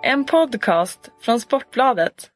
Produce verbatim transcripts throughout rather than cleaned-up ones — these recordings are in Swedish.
En podcast från Sportbladet.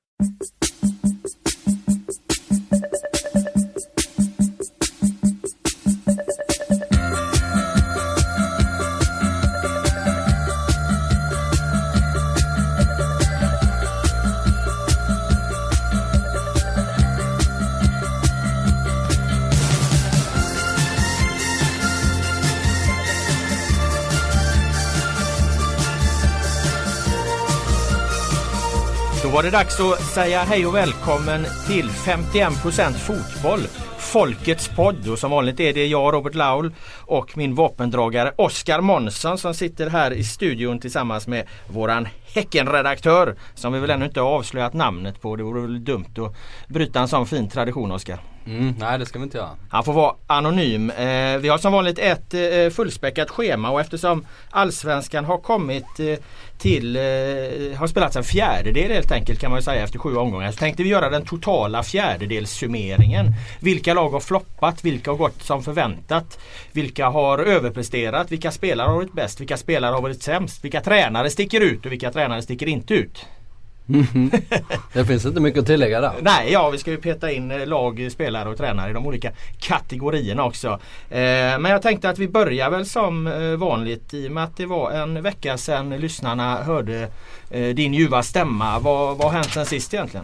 Då var det dags att säga hej och välkommen till femtioen procent fotboll, Folkets podd. Och som vanligt är det jag, Robert Laul, och min vapendragare Oskar Månsson som sitter här i studion tillsammans med våran Häckenredaktör, som vi väl ännu inte har avslöjat namnet på. Det vore väl dumt att bryta en sån fin tradition, Oskar. Mm, nej, det ska vi inte göra. Han får vara anonym. Eh, vi har som vanligt ett eh, fullspäckat schema, och eftersom Allsvenskan har kommit eh, till eh, har spelats en fjärdedel helt enkelt, kan man ju säga, efter sju omgångar, så tänkte vi göra den totala fjärdedelssummeringen. Vilka lag har floppat, vilka har gått som förväntat, vilka har överpresterat, vilka spelare har varit bäst, vilka spelare har varit sämst, vilka tränare sticker ut och vilka tränare sticker inte ut. Mm. Det finns inte mycket att tillägga där. Nej, ja, vi ska ju peta in lag, spelare och tränare i de olika kategorierna också. Eh, men jag tänkte att vi börjar väl som eh, vanligt, i och med att det var en vecka sedan lyssnarna hörde eh, din ljuva stämma. Vad, vad har hänt sen sist egentligen?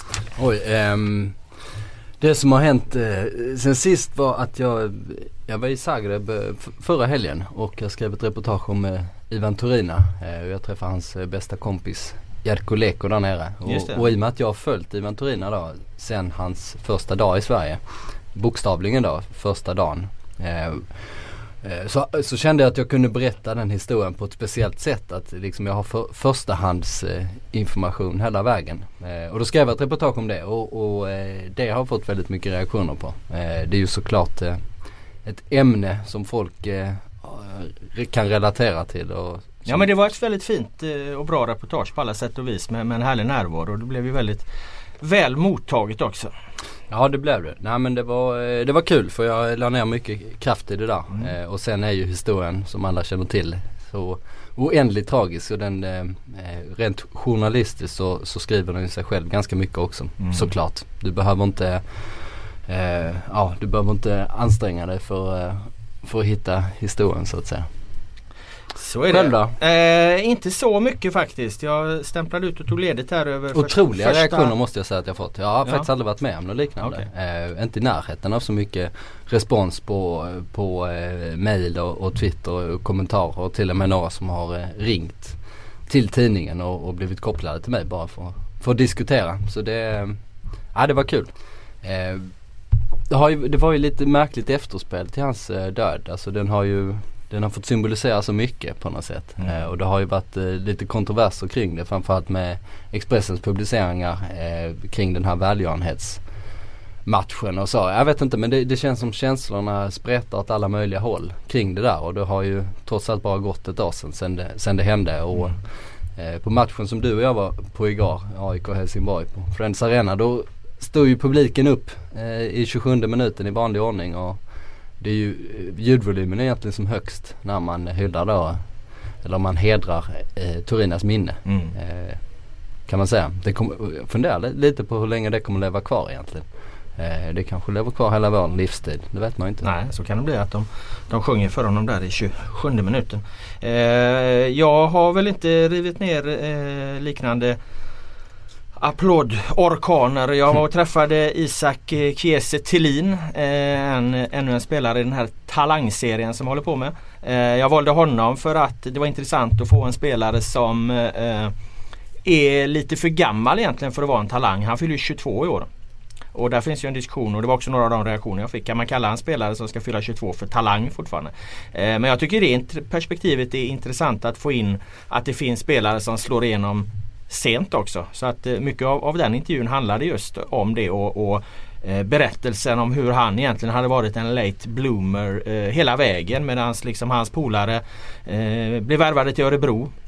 Oj, ehm, det som har hänt eh, sen sist var att jag, jag var i Zagreb f- förra helgen och jag skrev ett reportage om eh, Ivan Turina. Eh, jag träffade hans eh, bästa kompis Jerko Leko där nere. Och, och i och med att jag har följt Ivan Turina då sen hans första dag i Sverige, bokstavligen då, första dagen, eh, eh, så, så kände jag att jag kunde berätta den historien på ett speciellt sätt, att liksom jag har för, förstahands eh, information hela vägen. Eh, och då skrev jag ett reportage om det, och, och eh, det har fått väldigt mycket reaktioner på. Eh, det är ju såklart eh, ett ämne som folk eh, kan relatera till. Och ja, men det var ett väldigt fint och bra reportage på alla sätt och vis, med, med en härlig närvaro, och det blev ju väldigt väl mottaget också. Ja, det blev det. Nej, men det var, det var kul, för jag la ner mycket kraft i det där. Mm. Eh, och sen är ju historien, som alla känner till, så oändligt tragisk, och den eh, rent journalistiskt så, så skriver den sig själv ganska mycket också. Mm. Såklart. Du behöver inte eh, ja, du behöver inte anstränga dig för, eh, för att hitta historien, så att säga. Så är det. Eh, inte så mycket faktiskt. Jag stämplade ut och tog ledigt här över otroliga första... reaktioner måste jag säga att jag fått. Jag har ja. faktiskt aldrig varit med om något liknande. Okay. Eh, inte i närheten av så mycket respons på, på eh, mail och, och Twitter och kommentarer, och till och med några som har eh, ringt till tidningen och, och blivit kopplade till mig bara för, för att diskutera. Så det, ja, det var kul. Eh, det, har ju, det var ju lite märkligt efterspel till hans eh, död. Alltså den har ju Den har fått symbolisera så mycket på något sätt. Mm. Eh, och det har ju varit eh, lite kontroverser kring det. Framförallt med Expressens publiceringar eh, kring den här välgörenhetsmatchen och så. Jag vet inte, men det, det känns som känslorna spretar åt alla möjliga håll kring det där. Och det har ju trots allt bara gått ett år sedan, sedan, det, sedan det hände. Och mm. eh, på matchen som du och jag var på igår, A I K Helsingborg på Friends Arena, då stod ju publiken upp eh, i tjugosjunde minuten i vanlig ordning, och det är ju ljudvolymen är egentligen som högst när man hyllar då, eller man hedrar eh, Turinas minne. Mm. Eh, kan man säga. Det kom, fundera lite på hur länge det kommer leva kvar egentligen. Eh, det kanske lever kvar hela vår livstid. Det vet man inte. Nej, så kan det bli att de, de sjunger för honom där i tjugosjunde minuten. Eh, jag har väl inte rivit ner eh, liknande applådorkaner. Jag var och träffade Isak Kiese Thelin, eh, en, ännu en spelare i den här talangserien som jag håller på med. Eh, jag valde honom för att det var intressant att få en spelare som eh, är lite för gammal egentligen för att vara en talang. Han fyller tjugotvå i år. Och där finns ju en diskussion, och det var också några av de reaktioner jag fick. Kan man kalla en spelare som ska fylla tjugotvå för talang fortfarande? Eh, men jag tycker det perspektivet är intressant, att få in att det finns spelare som slår igenom sent också. Så att eh, mycket av, av den intervjun handlade just om det, och, och eh, berättelsen om hur han egentligen hade varit en late bloomer eh, hela vägen, medan liksom hans polare eh, blev värvade till Örebro.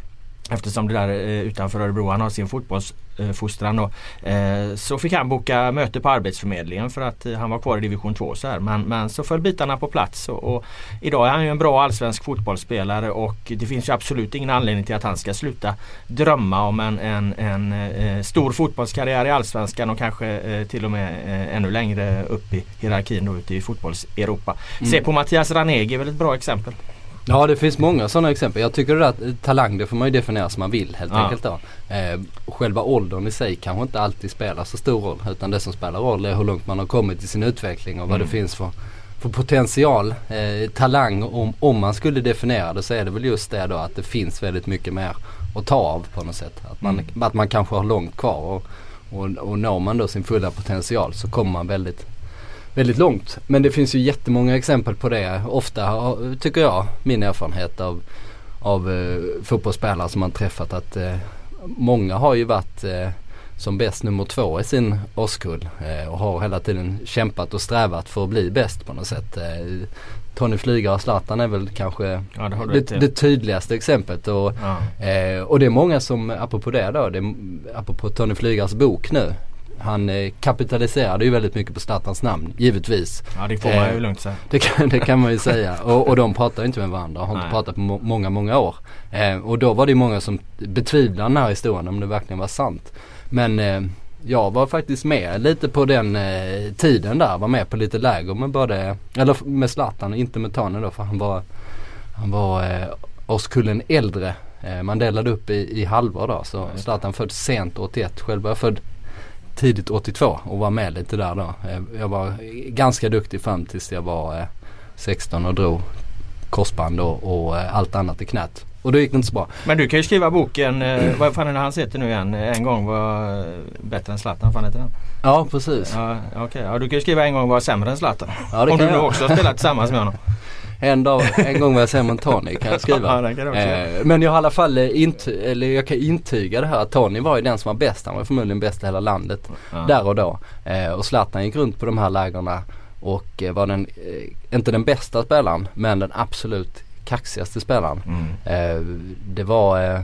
Eftersom det där eh, utanför Örebro han har sin fotbollsfostran då, eh, så fick han boka möte på Arbetsförmedlingen för att eh, han var kvar i division två så här. Men, men så föll bitarna på plats och, och idag är han ju en bra allsvensk fotbollsspelare och det finns ju absolut ingen anledning till att han ska sluta drömma om en, en, en eh, stor fotbollskarriär i allsvenskan och kanske eh, till och med eh, ännu längre upp i hierarkin då, ute i fotbolls-Europa. Mm. Se på Mattias Ranegi är väl ett bra exempel. Ja, det finns många sådana exempel. Jag tycker att talang, det får man ju definiera som man vill helt ja. enkelt då. Eh, själva åldern i sig kanske inte alltid spelar så stor roll, utan det som spelar roll är hur långt man har kommit i sin utveckling och vad mm. det finns för, för potential, eh, talang. Om, om man skulle definiera det så är det väl just det då att det finns väldigt mycket mer att ta av på något sätt. Att man, mm. att man kanske har långt kvar och, och, och når man då sin fulla potential så kommer man väldigt Väldigt långt. Men det finns ju jättemånga exempel på det. Ofta tycker jag, min erfarenhet av, av eh, fotbollsspelare som man träffat, att eh, många har ju varit eh, som bäst nummer två i sin årskull eh, och har hela tiden kämpat och strävat för att bli bäst på något sätt. Eh, Tony Flygare och Zlatan är väl kanske ja, det, det, det tydligaste exemplet. Och, ja. eh, och det är många som, apropå det då, det är, apropå Tony Flygares bok nu, han eh, kapitaliserade ju väldigt mycket på Zlatans namn, givetvis. Ja, det får man ju eh, lugnt säga. Det kan, det kan man ju säga. Och, och de pratar inte med varandra. Har inte pratat på må- många, många år. Eh, och då var det ju många som betvivlade den här historien om det verkligen var sant. Men eh, jag var faktiskt med lite på den eh, tiden där. Var med på lite läger med både, eller med Zlatan och inte med Tony då. För han var, han var eh, årskullen äldre. Eh, man delade upp i, i halvor då. Så Zlatan född sent åttioett. Själv var jag född tidigt åttiotvå och var med lite där då. Jag var ganska duktig fram tills jag var sexton och drog korsband och, och allt annat i knät. Och då gick det inte så bra. Men du kan ju skriva boken, eh, vad fan är det han heter nu igen? En gång var bättre än Zlatan, fan heter den? Ja, precis. Ja, okay. Ja, du kan ju skriva en gång var sämre än Zlatan. Ja, det om kan du nu jag. också har spelat tillsammans med honom. En, dag, en gång var jag sämre än Tony kan jag skriva. Ja, kan eh, men jag har i alla fall inty- eller jag kan intyga det här att Tony var ju den som var bäst. Han var förmodligen bäst i hela landet ja. där och då. Eh, och Zlatan gick runt på de här lägerna och eh, var den, eh, inte den bästa spelaren, men den absolut kaxigaste spelaren. Mm. Eh, det var eh,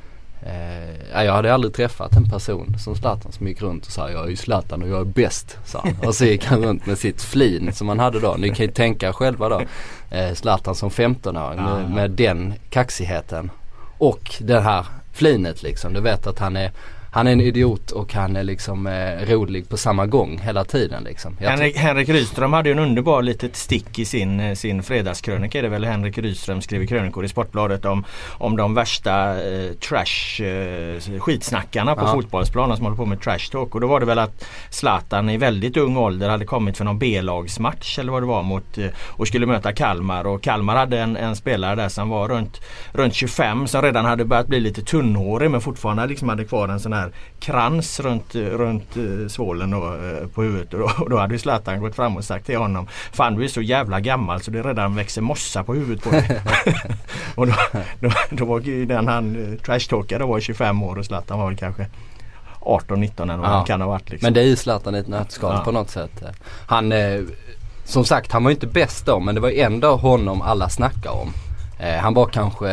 eh, jag hade aldrig träffat en person som Zlatan som gick runt och sa jag är ju Zlatan och jag är bäst, sa han. Och så gick han runt med sitt flin som han hade då. Ni kan ju tänka själva då, eh, Zlatan som femton-åring ja, med, med den kaxigheten och det här flinet liksom. Du vet att han är Han är en idiot och han är liksom eh, rolig på samma gång hela tiden liksom. Henrik, Henrik Rydström hade ju en underbar litet stick i sin, sin fredagskrönika. Det är väl Henrik Rydström skrev i krönikor i Sportbladet om, om de värsta eh, trash eh, skitsnackarna på ja. fotbollsplanen som håller på med trash talk. Och då var det väl att Zlatan i väldigt ung ålder hade kommit för någon B-lagsmatch eller vad det var mot eh, och skulle möta Kalmar. Och Kalmar hade en, en spelare där som var runt, runt tjugofem som redan hade börjat bli lite tunnhårig men fortfarande liksom hade kvar en sån här krans runt, runt uh, svålen då, uh, på huvudet och då, och då hade ju Zlatan gått fram och sagt till honom, fan du är så jävla gammal så det redan växer mossa på huvudet på dig. Och då, då, då var ju den han uh, trashtalkade var tjugofem år och Zlatan var väl kanske arton nitton eller vad ja. kan ha varit liksom. Men det är ju Zlatan i ett nötskal ja. på något sätt. Han eh, som sagt, han var ju inte bäst då, men det var ändå honom alla snackar om. Eh, han var kanske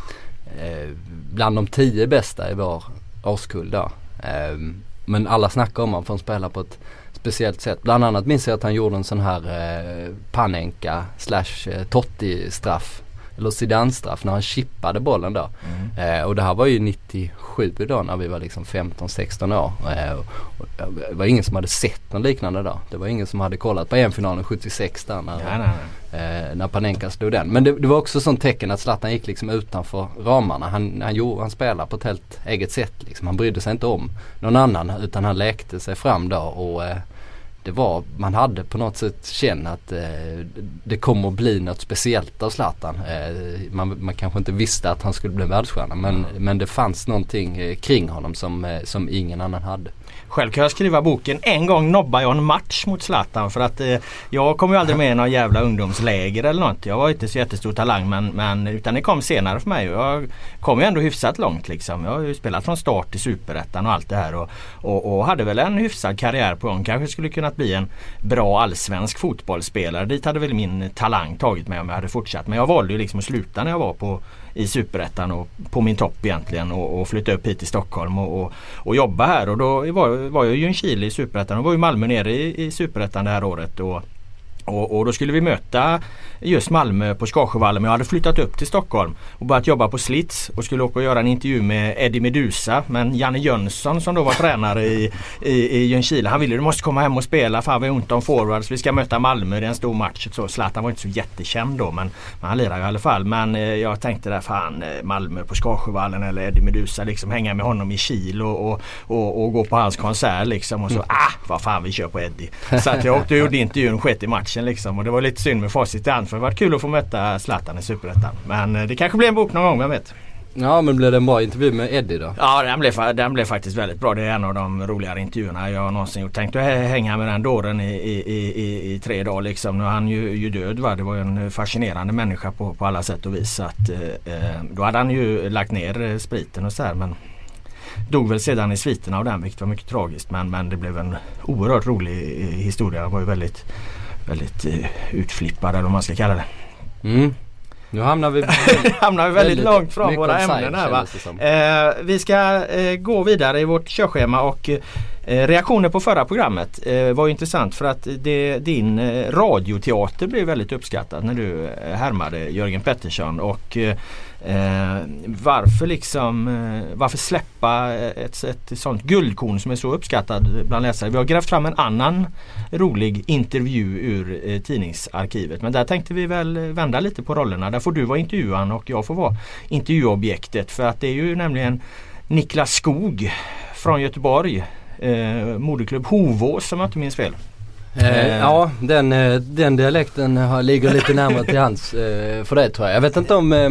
eh, bland de tio bästa i vår årskull då. Um, men alla snackar om honom för att spela på ett speciellt sätt. Bland annat minns jag att han gjorde en sån här uh, Panenka slash uh, Totti-straff eller Zidane-straff när han chippade bollen då. Mm. Uh, och det här var ju nittiosju då när vi var liksom femton sexton år. Uh, och, och det var ingen som hade sett något liknande då. Det var ingen som hade kollat på EM-finalen sjuttiosex där när, ja, nej, nej. Uh, när Panenka stod den. Men det, det var också sånt tecken att Zlatan gick liksom utanför ramarna. Han, han, gjorde, han spelade på ett helt eget sätt. Liksom. Han brydde sig inte om någon annan utan han lekte sig fram då och uh, det var, man hade på något sätt känt att eh, det kommer att bli något speciellt av Zlatan. Eh, man, man kanske inte visste att han skulle bli världsstjärna men, mm. men det fanns någonting eh, kring honom som, eh, som ingen annan hade. Själv kan jag skriva boken En gång nobbar jag en match mot Zlatan för att eh, jag kom ju aldrig med i någon jävla ungdomsläger eller något. Jag var inte så jättestor talang men, men utan det kom senare för mig och jag kom ju ändå hyfsat långt liksom. Jag har ju spelat från start i Superettan och allt det här och, och, och hade väl en hyfsad karriär på gång. Kanske skulle kunna att bli en bra allsvensk fotbollsspelare. Dit hade väl min talang tagit mig om jag hade fortsatt. Men jag valde ju liksom att sluta när jag var på i Superettan och på min topp egentligen och, och flytta upp hit till Stockholm och, och, och jobba här. Och då var, var jag ju en Chile i Superettan och var ju Malmö nere i, i Superettan det här året och Och, och då skulle vi möta just Malmö på Skarsjövallen. Men jag hade flyttat upp till Stockholm och börjat jobba på Slits och skulle åka och göra en intervju med Eddie Medusa. Men Janne Jönsson som då var tränare i, i, i Ljungskile, han ville du måste komma hem och spela, fan vi har ont om forwards, vi ska möta Malmö, det är en stor match. Så Zlatan var inte så jättekänd då, men, men han lirade i alla fall. Men eh, jag tänkte där, fan eh, Malmö på Skarsjövallen eller Eddie Medusa, liksom hänga med honom i Kil och, och, och, och gå på hans konsert liksom. Och så, ah vad fan vi kör på Eddie. Så att jag åkte och gjorde intervjun skett i matchen liksom. Och det var lite synd med facit i hand, för det var kul att få möta Zlatan i Superettan. Men eh, det kanske blir en bok någon gång, vem vet. Ja, men blev det en bra intervju med Eddie då? Ja, den blev, den blev faktiskt väldigt bra. Det är en av de roligare intervjuerna jag någonsin gjort. Tänkte hänga med den dåren i, i, i, i tre dagar liksom. Nu är han ju, ju död, va? Det var ju en fascinerande människa på, på alla sätt och vis. Så att, eh, då hade han ju lagt ner spriten och så här, men dog väl sedan i sviterna av den, vilket var mycket tragiskt. Men, men det blev en oerhört rolig historia. Han var ju väldigt, väldigt eh, utflippad, eller vad man ska kalla det. Mm. Nu hamnar vi, hamnar vi väldigt, väldigt långt från våra ämnen här, va? Eh, vi ska eh, gå vidare i vårt körschema och eh, reaktioner på förra programmet eh, var ju intressant för att det, din eh, radioteater blev väldigt uppskattad när du eh, härmade Jörgen Pettersson och eh, Eh, varför liksom eh, varför släppa ett, ett sånt guldkorn som är så uppskattad bland läsare? Vi har grävt fram en annan rolig intervju ur eh, tidningsarkivet, men där tänkte vi väl vända lite på rollerna. Där får du vara intervjuaren och jag får vara intervjuobjektet, för att det är ju nämligen Niklas Skog från Göteborg, eh, moderklubb Hovås som jag inte minns fel. Eh, ja, den, den dialekten har, ligger lite närmare till hands eh, för det tror jag. Jag vet inte om,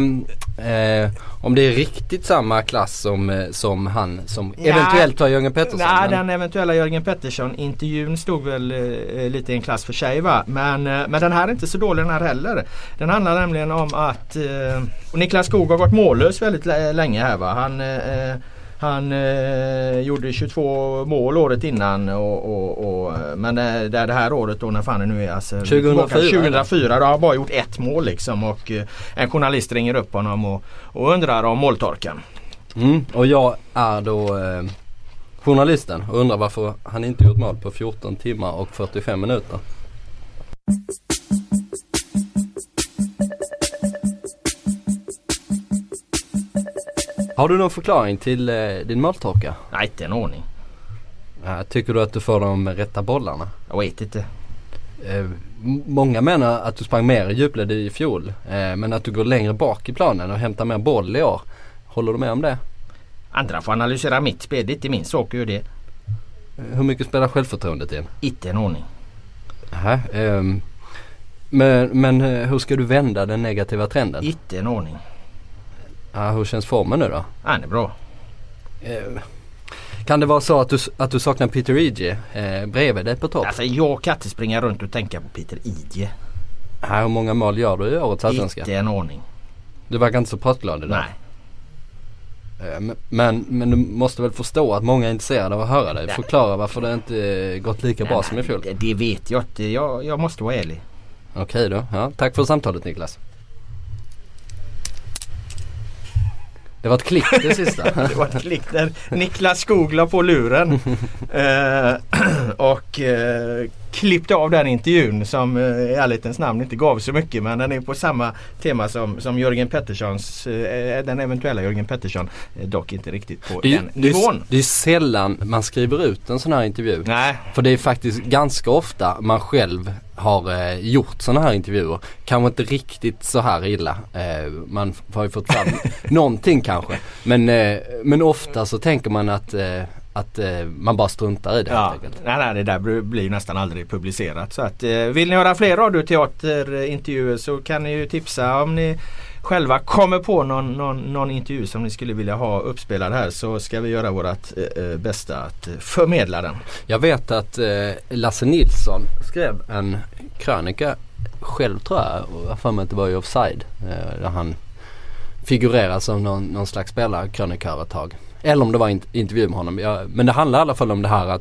eh, om det är riktigt samma klass som, som han som ja, eventuellt var Jörgen Pettersson. Nej, men den eventuella Jörgen Pettersson-intervjun stod väl eh, lite i en klass för sig, va? Men, eh, men den här är inte så dålig den här heller. Den handlar nämligen om att eh, och Niklas Skog har varit mållös väldigt l- länge här, va? Han eh, Han eh, gjorde tjugotvå mål året innan och, och, och, men det, det, det här året då när fan det nu är alltså, tjugohundrafyra, tjugohundrafyra då har han bara gjort ett mål liksom, och eh, en journalist ringer upp honom och, och undrar om måltorkan. Mm, och jag är då eh, journalisten och undrar varför han inte gjort mål på fjorton timmar och fyrtiofem minuter. Har du någon förklaring till eh, din måltorka? Nej, inte en ordning. Ja, tycker du att du får de rätta bollarna? Jag vet inte. Eh, m- många menar att du sprang mer i djupled i fjol, eh, men att du går längre bak i planen och hämtar mer boll i år. Håller du med om det? Andra får analysera mitt spel, det är inte min sak ju det. Eh, hur mycket spelar självförtroendet in? Inte en ordning. Aha, eh, men, men hur ska du vända den negativa trenden? Inte en ordning. Ja, hur känns formen nu då? Ja, det är bra. Eh, kan det vara så att du, att du saknar Peter Idje eh, bredvid dig på topp? Alltså jag kan inte springa runt och tänka på Peter Idje. Ja, hur många mål gör du i årets allsvenska? Inte en ordning. Du verkar inte så pratglad idag. Nej. Eh, men, men, men du måste väl förstå att många är intresserade av att höra dig. Nej. Förklara varför det inte eh, gått lika nej, bra nej, som i fjol. Det, det vet jag inte. Jag, jag måste vara ärlig. Okej då. Ja, tack för samtalet, Niklas. Det var ett klick det sista. Det var ett klick där Niklas Skog la på luren eh, och eh, klippte av den intervjun som eh, i ärlighetens namn inte gav så mycket, men den är på samma tema som, som Jörgen Petterssons, eh, den eventuella Jörgen Pettersson, eh, dock inte riktigt på det, den nivån. Det är sällan man skriver ut en sån här intervju. Nej. För det är faktiskt ganska ofta man själv har eh, gjort såna här intervjuer. Kanske inte riktigt så här illa. Eh, man har ju fått fram någonting kanske. Men, eh, men ofta så tänker man att, eh, att eh, man bara struntar i det. Ja. Helt enkelt. Nej, nej, det där blir ju nästan aldrig publicerat. Så att, eh, vill ni höra fler radioteaterintervjuer så kan ni ju tipsa om ni själva kommer på någon, någon, någon intervju som ni skulle vilja ha uppspelad här, så ska vi göra vårt eh, bästa att förmedla den. Jag vet att eh, Lasse Nilsson skrev en krönika själv tror jag, och jag för mig att det var i Offside, eh, där han figurerar som någon, någon slags spelarkrönikör ett tag. Eller om det var in, intervju med honom. Jag, men det handlar i alla fall om det här att,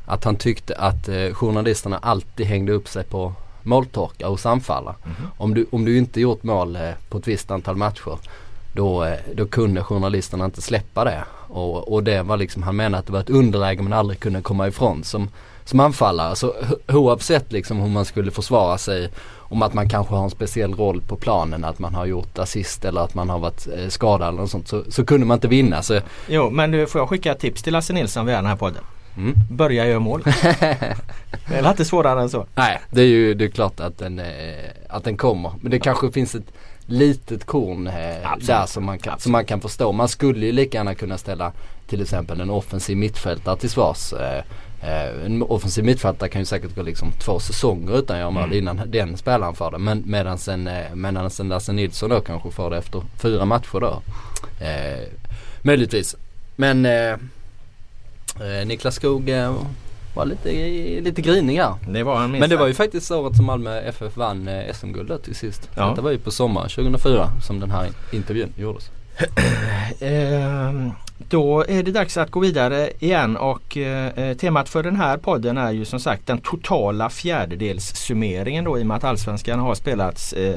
att han tyckte att eh, journalisterna alltid hängde upp sig på måltorka hos anfallare. Mm-hmm. Om du, om du inte gjort mål eh, på ett visst antal matcher, då, eh, då kunde journalisterna inte släppa det. Och, och det var liksom, han menade att det var ett underläge man aldrig kunde komma ifrån som, som anfallare. Så oavsett liksom hur man skulle försvara sig, om att man kanske har en speciell roll på planen, att man har gjort assist eller att man har varit eh, skadad eller något sånt, så, så kunde man inte vinna. Så. Jo, men du, får jag skicka ett tips till Lasse Nilsson via den här podden? Mm. Börja göra mål. Det är inte svårare än så. Nej, det är ju det är klart att den, eh, att den kommer. Men det kanske finns ett litet korn eh, där som man, kan, som man kan förstå. Man skulle ju lika gärna kunna ställa till exempel en offensiv mittfältare till svars. Eh, eh, en offensiv mittfältare kan ju säkert gå liksom två säsonger utan att göra mål mm. innan den spelaren får det. Men medan sen, eh, medan sen Lasse Nilsson då kanske får det efter fyra matcher då. Eh, möjligtvis. Men eh, Eh, Niklas Skog eh, var lite, lite grinig här. Det var han. Men det var ju faktiskt året som Malmö F F vann eh, S M-guldet till sist. Ja. Det var ju på sommar tjugohundrafyra som den här intervjun gjordes. eh, då är det dags att gå vidare igen och eh, temat för den här podden är ju som sagt den totala fjärdedelssummeringen då, i och med att Allsvenskan har spelats eh,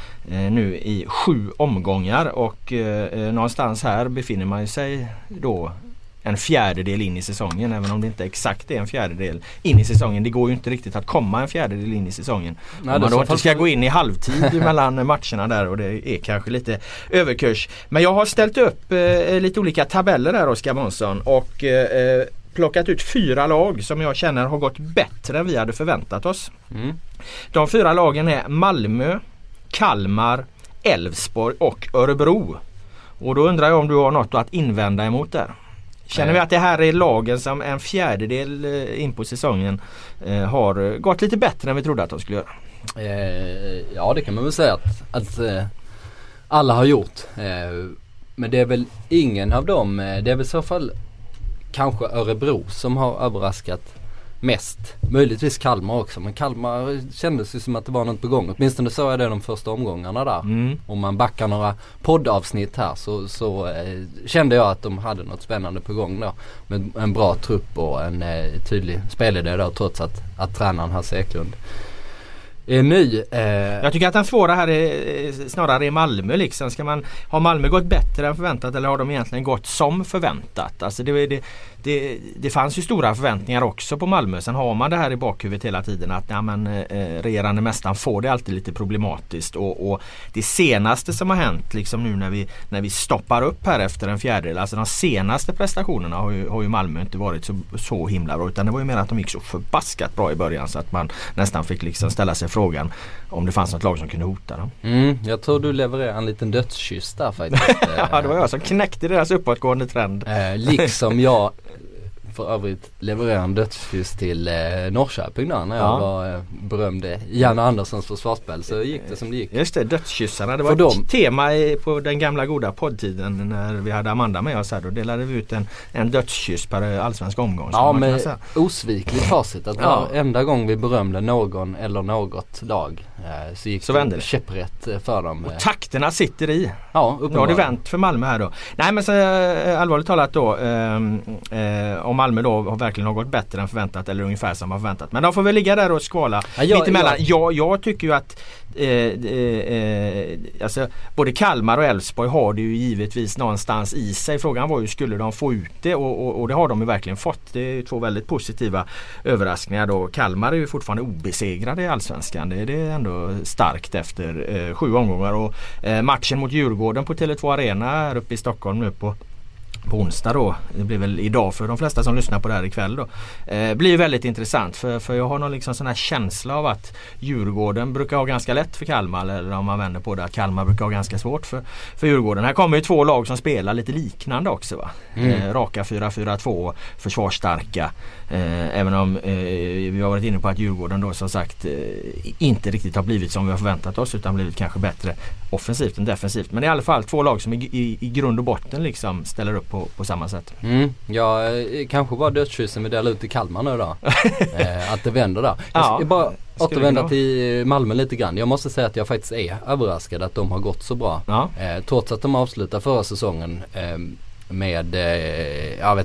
nu i sju omgångar och eh, någonstans här befinner man sig då en fjärdedel in i säsongen, även om det inte exakt är en fjärdedel in i säsongen. Det går ju inte riktigt att komma en fjärdedel in i säsongen. Nej, om man då inte ska gå in i halvtid mellan matcherna där, och det är kanske lite överkurs. Men jag har ställt upp eh, lite olika tabeller där, Oskar Månsson, och eh, plockat ut fyra lag som jag känner har gått bättre än vi hade förväntat oss. Mm. De fyra lagen är Malmö, Kalmar, Elfsborg och Örebro. Och då undrar jag om du har något att invända emot där. Känner vi att det här är lagen som en fjärdedel in på säsongen eh, har gått lite bättre än vi trodde att de skulle göra? Eh, ja, det kan man väl säga att, att eh, alla har gjort. Eh, men det är väl ingen av dem, eh, det är väl i så fall kanske Örebro som har överraskat mest. Möjligtvis Kalmar också, men Kalmar kändes ju som att det var något på gång. Åtminstone så är det de första omgångarna där. Mm. Om man backar några poddavsnitt här så, så eh, kände jag att de hade något spännande på gång då. Med en bra trupp och en eh, tydlig spelidé då, trots att, att tränaren Hasse Eklund är ny. Eh. Jag tycker att den svåra här är snarare i Malmö liksom. Ska man, har Malmö gått bättre än förväntat, eller har de egentligen gått som förväntat? Alltså det, det, det, det fanns ju stora förväntningar också på Malmö. Sen har man det här i bakhuvudet hela tiden att ja, men, eh, regerande mästaren får det alltid lite problematiskt. Och, och det senaste som har hänt liksom nu när vi, när vi stoppar upp här efter en fjärdedel, alltså de senaste prestationerna har ju, har ju Malmö inte varit så, så himla bra, utan det var ju mer att de gick så förbaskat bra i början så att man nästan fick liksom ställa sig frågan om det fanns något lag som kunde hota dem. Mm, jag tror du levererar en liten dödskyss där faktiskt. Ja, det var jag som knäckte deras uppåtgående trend. Eh, liksom jag för övrigt levererar en dödskyss till eh, Norrköping då, när jag ja. var eh, berömde Janne Anderssons försvarsspel, så gick det som det gick. Just det, dödskyssarna. Det var för ett dem. tema i, på den gamla goda poddtiden när vi hade Amanda med oss här. Då delade vi ut en, en dödskyss per allsvensk omgång. Ja, med osvikligt facit att ja. varenda gång vi berömde någon eller något lag eh, så gick så det käpprätt för dem. Och takterna sitter i. Ja, nu har det vänt för Malmö här då. Nej, men så eh, allvarligt talat då eh, eh, om Malmö då har verkligen har gått bättre än förväntat, eller ungefär som man förväntat. Men de får väl ligga där och skvala ja, jag, mitt emellan. Jag, jag, jag tycker ju att eh, eh, alltså, både Kalmar och Elfsborg har det ju givetvis någonstans i sig. Frågan var ju, skulle de få ut det? Och, och, och det har de ju verkligen fått. Det är två väldigt positiva överraskningar då. Kalmar är ju fortfarande obesegrade i Allsvenskan. Det, det är ändå starkt efter eh, sju omgångar. Och eh, matchen mot Djurgården på Tele två Arena här uppe i Stockholm nu på på onsdag då, det blir väl idag för de flesta som lyssnar på det här ikväll då, eh, blir väldigt intressant för, för jag har någon liksom sån här känsla av att Djurgården brukar ha ganska lätt för Kalmar, eller om man vänder på det att Kalmar brukar ha ganska svårt för, för Djurgården. Här kommer ju två lag som spelar lite liknande också va, mm. eh, raka fyra fyra två, försvarsstarka, eh, även om eh, vi har varit inne på att Djurgården då som sagt eh, inte riktigt har blivit som vi har förväntat oss, utan blivit kanske bättre offensivt än defensivt, men i alla fall två lag som i, i, i grund och botten liksom ställer upp på, på samma sätt. Mm. Ja, kanske var dödskyssen vi delar ut i Kalmar nu då. eh, att det vänder där. Jag ska ja, bara återvända till Malmö lite grann. Jag måste säga att jag faktiskt är överraskad att de har gått så bra. Ja. Eh, trots att de avslutade förra säsongen eh, med, eh, jag vet inte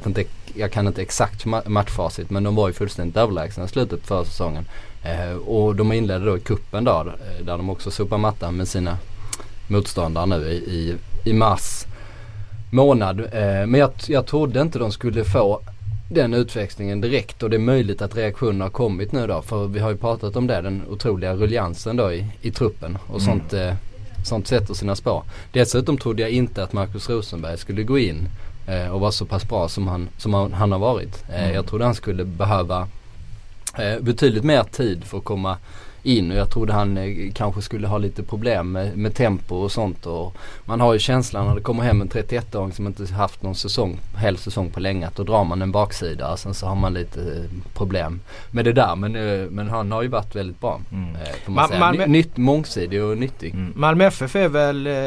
jag kan inte exakt matchfacit, men de var ju fullständigt överlägsna i slutet för säsongen. Eh, och de inledde då i kuppen då, där de också sopar mattan med sina motståndare nu i, i, i mars månad. Eh, men jag, jag trodde inte de skulle få den utväxlingen direkt, och det är möjligt att reaktionen har kommit nu då, för vi har ju pratat om det, den otroliga ruljansen då i, i truppen och mm. sånt, eh, sånt sätter sina spår. Dessutom trodde jag inte att Marcus Rosenberg skulle gå in eh, och vara så pass bra som han, som han, han har varit. Eh, mm. Jag trodde han skulle behöva eh, betydligt mer tid för att komma in, och jag trodde han eh, kanske skulle ha lite problem med, med tempo och sånt, och man har ju känslan när det kommer hem en trettioett-åring som inte haft någon säsong, hel säsong på länge, att då drar man en baksida och sen så har man lite eh, problem med det där, men, eh, men han har ju varit väldigt bra. Mm. Eh, får man Ma- säga. Malmö- Nytt, mångsidig och nyttig. Mm. Malmö F F är väl eh,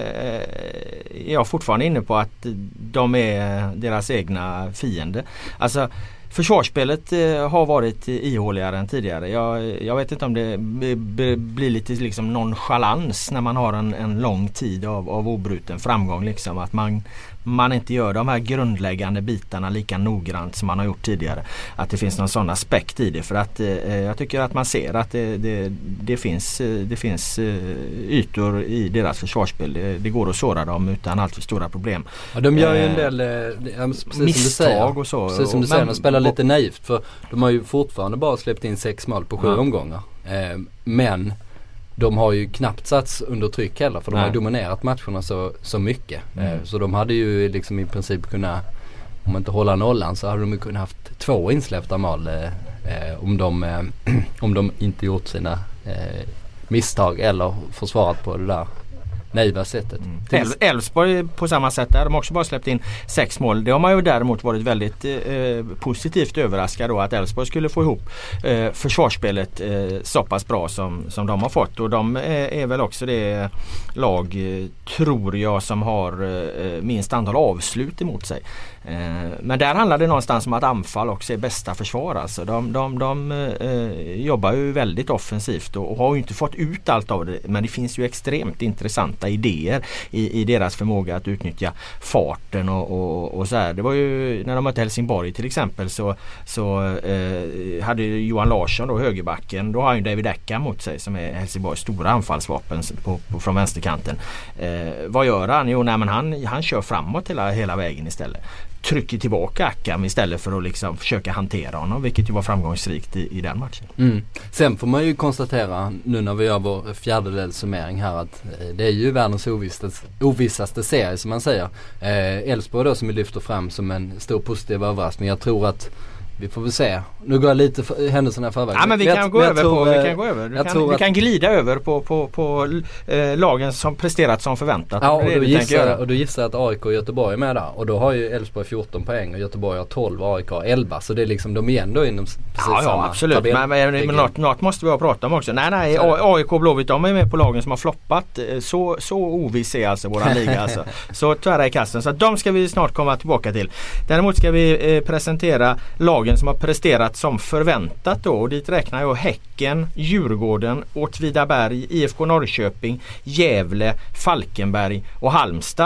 jag fortfarande inne på att de är deras egna fiende. Alltså försvarsspelet eh, har varit ihåligare än tidigare. Jag, jag vet inte om det b- b- blir lite liksom nonchalans när man har en, en lång tid av, av obruten framgång. Liksom. Att man, man inte gör de här grundläggande bitarna lika noggrant som man har gjort tidigare. Att det finns någon sån aspekt i det. För att eh, jag tycker att man ser att det, det, det finns, det finns eh, ytor i deras försvarsspel. Det, det går att såra dem utan allt för stora problem. Ja, de gör ju en del eh, precis misstag och så. Precis som du säger, de spelar lite naivt, för de har ju fortfarande bara släppt in sex mål på sju ja. omgångar. Eh, men de har ju knappt satts under tryck heller, för de Nej. har dominerat matcherna så, så mycket. Mm. Eh, så de hade ju liksom i princip kunnat, om man inte håller nollan, så hade de ju kunnat haft två insläppta mål eh, eh, om, de, eh, om de inte gjort sina eh, misstag eller försvarat på det där naiva sättet. Mm. Elfsborg på samma sätt där. De har också bara släppt in sex mål. Det har man ju däremot varit väldigt eh, positivt överraskad då, att Elfsborg skulle få ihop eh, försvarsspelet eh, så pass bra som, som de har fått. Och de eh, är väl också det lag, eh, tror jag, som har eh, minst antal avslut emot sig. Eh, men där handlar det någonstans om att anfall också är bästa försvar. Alltså. De, de, de eh, jobbar ju väldigt offensivt och, och har ju inte fått ut allt av det. Men det finns ju extremt intressanta idéer i, i deras förmåga att utnyttja farten och, och, och så här. Det var ju när de mötte Helsingborg till exempel, så, så eh, hade Johan Larsson då, högerbacken, då har han ju David Ecka mot sig som är Helsingborgs stora anfallsvapen på, på, från vänsterkanten. Eh, vad gör han? Jo, nej, men han, han kör framåt hela, hela vägen istället. Trycker tillbaka Akam istället för att liksom försöka hantera honom, vilket ju var framgångsrikt i, i den matchen. Mm. Sen får man ju konstatera nu när vi gör vår fjärdedels summering här att eh, det är ju världens ovissaste, ovissaste serie som man säger. Eh, Elfsborg då som vi lyfter fram som en stor positiv överraskning. Jag tror att vi får väl se. Nu går jag lite för, händelserna i förväg. Ja, men vi kan, jag, gå, jag över tror, på, vi kan gå över. Du, kan, du att, kan glida över på, på, på eh, lagen som presterat som förväntat. Ja, och, det då det gissar, och du gissar att A I K och Göteborg är med där. Och då har ju Elfsborg fjorton poäng och Göteborg har tolv och A I K har elva. Så det är liksom, de är ändå inom precis ja, samma ja, absolut. tabell. Men, men, men något, något måste vi ha pratat om också. Nej, nej. A I K Blåvitt, de är med på lagen som har floppat. Så, så oviss är alltså våran liga. Alltså. Så tvära i kasten. Så de ska vi snart komma tillbaka till. Däremot ska vi eh, presentera lagen som har presterat som förväntat då, och dit räknar jag Häcken, Djurgården, Åtvidaberg, I F K Norrköping, Gävle, Falkenberg och Halmstad.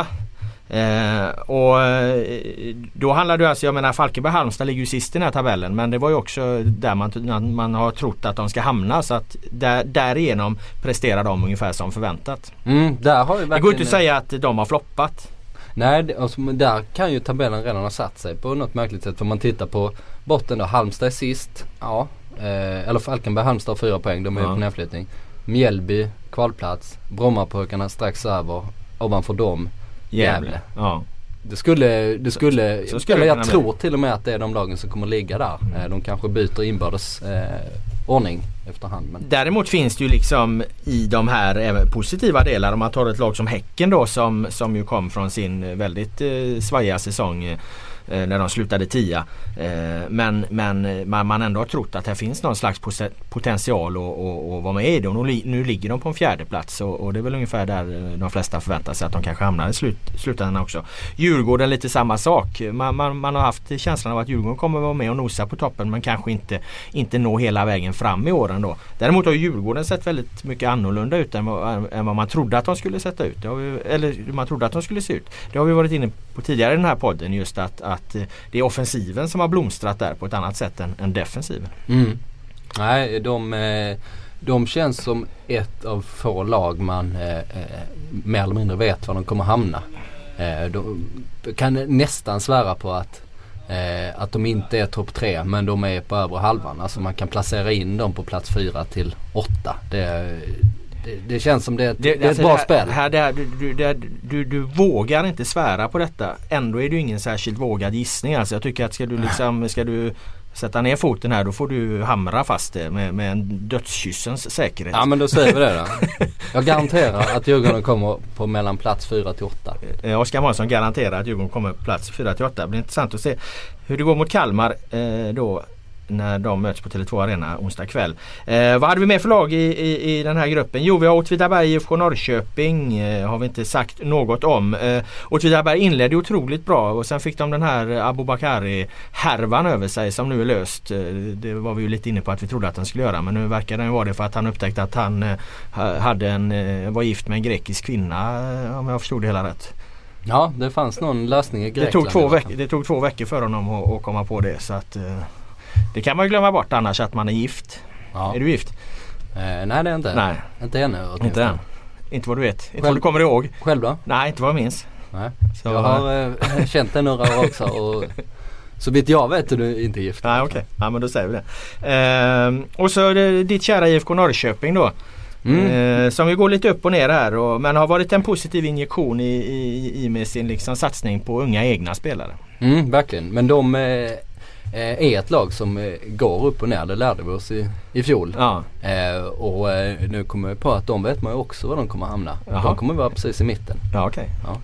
Eh, och då handlar det alltså, jag menar Falkenberg och Halmstad ligger ju sist i den här tabellen, men det var ju också där man, man har trott att de ska hamna, så att där, därigenom presterar de ungefär som förväntat. Mm, där har det går inte att säga att de har floppat. Nej, alltså, där kan ju tabellen redan ha satt sig på något märkligt sätt. För man tittar på botten då, Halmstad är sist. Ja, eh, eller Falkenberg, Halmstad har fyra poäng, de är ja. på nedflyttning. Mjällby, kvalplats. Brommapojkarna strax över, ovanför dem Gävle. Ja. Det skulle, det skulle, så, så skulle eller jag tror till och med att det är de lagen som kommer ligga där. Mm. De kanske byter inbördes eh, ordning efterhand. Men. Däremot finns det ju liksom i de här även positiva delar, om man tar ett lag som Häcken då, som, som ju kom från sin väldigt eh, svajiga säsong eh, när de slutade tia. Eh, men men man, man ändå har trott att det finns någon slags potential att vara med i det. Och nu, nu ligger de på en fjärde plats och, och det är väl ungefär där de flesta förväntar sig att de kanske hamnar i slut, slutändan också. Djurgården lite samma sak. Man, man, man har haft känslan av att Djurgården kommer vara med och nosa på toppen, men kanske inte, inte nå hela vägen fram i åren då. Däremot har Djurgården sett väldigt mycket annorlunda ut än vad, än vad man trodde att de skulle sätta ut. Det har vi, eller man trodde att de skulle se ut. Det har vi varit inne på tidigare i den här podden, just att, att att eh, det är offensiven som har blomstrat där på ett annat sätt än, än defensiven. Mm. Nej, de, de känns som ett av få lag man eh, mer eller mindre vet var de kommer hamna. Eh, de kan nästan svära på att Eh, att de inte är topp tre, men de är på över halvan. Alltså man kan placera in dem på plats fyra till åtta. Det, det, det känns som det, det, det är alltså ett bra det, spel. Här, det, du, du, det, du, du vågar inte svära på detta. Ändå är det ju ingen särskilt vågad gissning. Alltså jag tycker att ska du, liksom, ska du sätta ner foten här, då får du hamra fast det med, med en dödskyssens säkerhet. Ja, men då säger vi det då. Jag garanterar att Djurgården kommer på mellan plats fyra till åtta. Eh, Oskar Månsson garanterar att Djurgården kommer på plats fyra till åtta. Det blir intressant att se hur det går mot Kalmar eh, då när de möts på Tele två Arena onsdag kväll. Eh, vad hade vi med för lag i, i, i den här gruppen? Jo, vi har Åtvidaberg, I F K Norrköping eh, har vi inte sagt något om. Eh, Åtvidaberg inledde otroligt bra och sen fick de den här Abubakari-härvan över sig som nu är löst. Eh, det var vi ju lite inne på att vi trodde att den skulle göra, men nu verkar den vara det för att han upptäckte att han eh, hade en, eh, var gift med en grekisk kvinna, eh, om jag förstod det hela rätt. Ja, det fanns någon lösning i Grekland. Det tog två, veck- det tog två veckor för honom att, att komma på det, så att eh, det kan man ju glömma bort annars att man är gift. Ja. Är du gift? Eh, nej, det är inte. Nej. Inte ännu. Inte än. Inte vad du vet. Inte vad du kommer ihåg. Själv då? Nej, inte vad jag minns. Nej. Så, jag har eh, känt det några år också. Och så vitt jag vet är du inte gift. Nej, okej. Okay. Ja, men då säger vi det. Eh, och så det, ditt kära I F K Norrköping då. Mm. Eh, som ju går lite upp och ner här. Och, men har varit en positiv injektion i, i, i med sin liksom satsning på unga egna spelare. Mm, verkligen. Men de eh, är ett lag som eh, går upp och ner. Det lärde vi oss i, i fjol. Ja. Eh, och eh, nu kommer jag på att de vet man ju också var de kommer hamna. Jaha. De kommer vara precis i mitten. Ja, okej. Okay. Ja.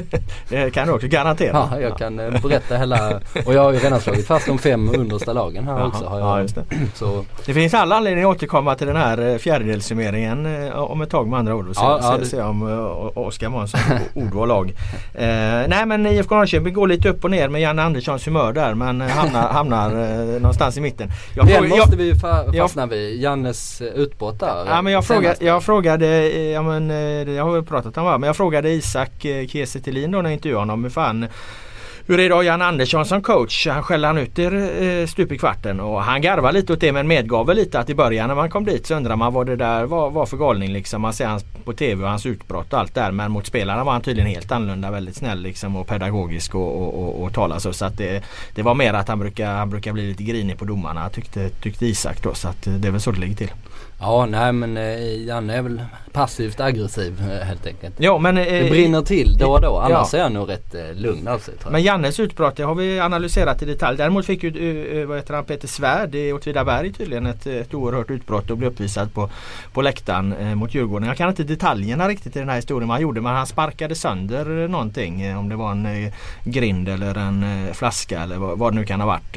Det kan du också garantera. Ja, jag ja. kan eh, berätta hela. Och jag har ju redan slagit fast de fem understa lagen här. Jaha. Också. Har jag, ja, just det. Så. Det finns alla anledningar att återkomma till den här fjärdedelssummeringen eh, om ett tag med andra ord. Och se, ja, ja, se, se om uh, Oskar Månsson ord och lag. Eh, nej, men I F K Norrköping går lite upp och ner med Janne Anderssons humör där, men hamnar, hamnar eh, någonstans i mitten. Jag Den fråga, måste jag, vi ju fa- fastna vid. Jannes utbrott där. Ja, men jag, fråga, jag frågade, ja, men, jag har väl pratat om det, men jag frågade Isak Kiese Thelin då när jag intervjuade honom. Fan, hur är det då Jan Andersson som coach? Han skällde han ut er stup i kvarten och han garvar lite åt det, men medgav väl lite att i början när man kom dit så undrar man vad det där var, var för galning liksom. Man ser hans på tv och hans utbrott och allt där, men mot spelarna var han tydligen helt annorlunda, väldigt snäll liksom och pedagogisk och, och, och, och tala så, så att det, det var mer att han brukar, han brukar bli lite grinig på domarna, tyckte, tyckte Isak då, så att det är väl så det ligger till. Ja, nej, men eh, Janne är väl passivt aggressiv eh, helt enkelt. Ja, men eh, det brinner till då och då. Annars ja. är han nog rätt eh, lugn av sig, tror jag. Men Jannes utbrott, det har vi analyserat i detalj. Däremot fick ju uh, vad heter han, Peter Svärd i Åtvidaberg tydligen ett, ett oerhört utbrott och blev uppvisad på, på läktaren eh, mot Djurgården. Jag kan inte detaljerna riktigt i den här historien man gjorde, men han sparkade sönder någonting. Eh, om det var en eh, grind eller en eh, flaska eller vad, vad det nu kan ha varit.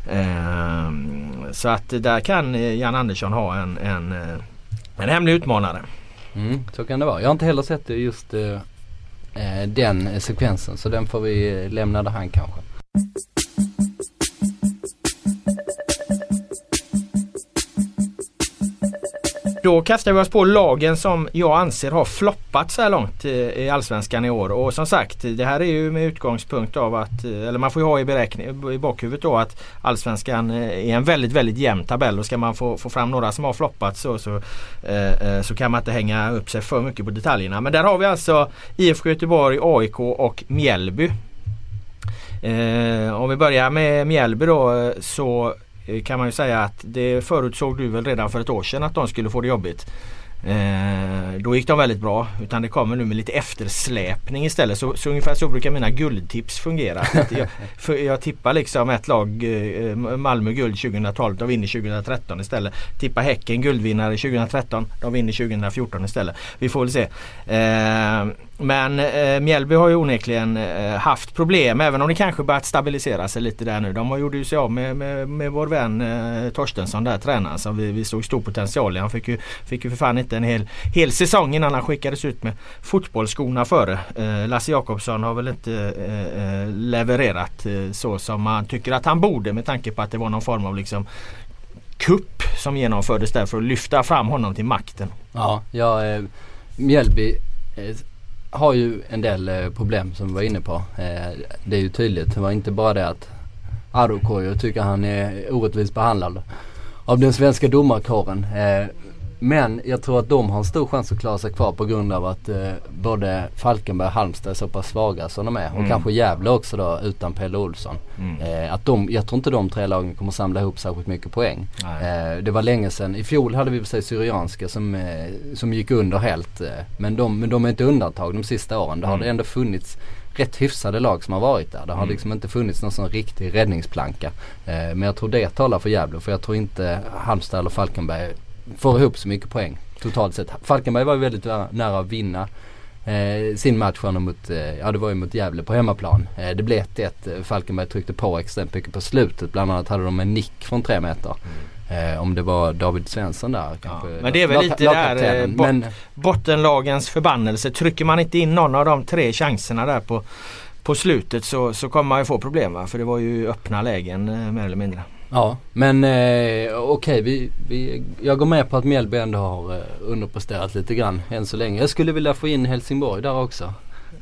Eh, så att där kan eh, Jan Andersson ha en, en En hemlig utmanare. Mm, så kan det vara. Jag har inte heller sett just uh, uh, den sekvensen, så den får vi lämna där han kanske. Då kastar vi oss på lagen som jag anser har floppat så här långt i Allsvenskan i år. Och som sagt, det här är ju med utgångspunkt av att, eller man får ju ha i beräkning i bakhuvudet då att Allsvenskan är en väldigt, väldigt jämn tabell. Och ska man få, få fram några som har floppat så, så, eh, så kan man inte hänga upp sig för mycket på detaljerna. Men där har vi alltså I F K Göteborg, A I K och Mjällby. Eh, om vi börjar med Mjällby då, så kan man ju säga att det förutsåg du väl redan för ett år sedan att de skulle få det jobbigt. Eh, då gick de väldigt bra, utan det kommer nu med lite eftersläpning istället. Så, så ungefär så brukar mina guldtips fungera. jag, för jag tippar liksom ett lag, eh, Malmö guld tjugohundratolv, de vinner tjugohundratretton istället. Tippa Häcken guldvinnare tjugohundratretton, de vinner tjugohundrafjorton istället. Vi får väl se. Eh, men eh, Mjällby har ju onekligen eh, haft problem, även om det kanske börjat stabilisera sig lite där nu. De har gjort ju sig av med, med, med vår vän eh, Torstensson där, tränaren, som vi, vi såg stor potential i. Han fick ju, fick ju för fan inte en hel, hel säsong innan han skickades ut med fotbollsskorna före. Eh, Lasse Jakobsson har väl inte eh, levererat eh, så som man tycker att han borde, med tanke på att det var någon form av liksom kupp som genomfördes där för att lyfta fram honom till makten. Ja, jag, eh, Mjällby eh, har ju en del eh, problem som vi var inne på. Eh, det är ju tydligt. Det var inte bara det att Arokoyo tycker han är orättvist behandlad av den svenska domarkåren. Eh, men jag tror att de har en stor chans att klara sig kvar på grund av att eh, både Falkenberg och Halmstad är så pass svaga som de är. Och mm. kanske Gävle också då utan Pelle Olsson. Mm. Eh, att de, jag tror inte de tre lagen kommer samla ihop särskilt mycket poäng. Eh, det var länge sedan. I fjol hade vi för sig Syrianska som, eh, som gick under helt. Eh, men, de, men de är inte undantag de sista åren. Det har mm. det ändå funnits rätt hyfsade lag som har varit där. Det har mm. liksom inte funnits någon sån riktig räddningsplanka. Eh, men jag tror det talar för Gävle. För jag tror inte Halmstad eller Falkenberg får ihop så mycket poäng totalt sett. Falkenberg var ju väldigt nära att vinna eh, sin match mot, eh, ja det var ju mot Gävle på hemmaplan. Eh, det blev ett ett. Falkenberg tryckte på extremt mycket på slutet. Bland annat hade de en nick från tre meter. Mm. Eh, om det var David Svensson där. Kanske, ja, men det är väl lite där eh, bot, men, bottenlagens förbannelse. Trycker man inte in någon av de tre chanserna där på, på slutet så, så kommer man ju få problem, va? För det var ju öppna lägen eh, mer eller mindre. Ja, men eh, okej, okay, vi, vi, jag går med på att Mjällby ändå har eh, underpresterat lite grann än så länge. Jag skulle vilja få in Helsingborg där också.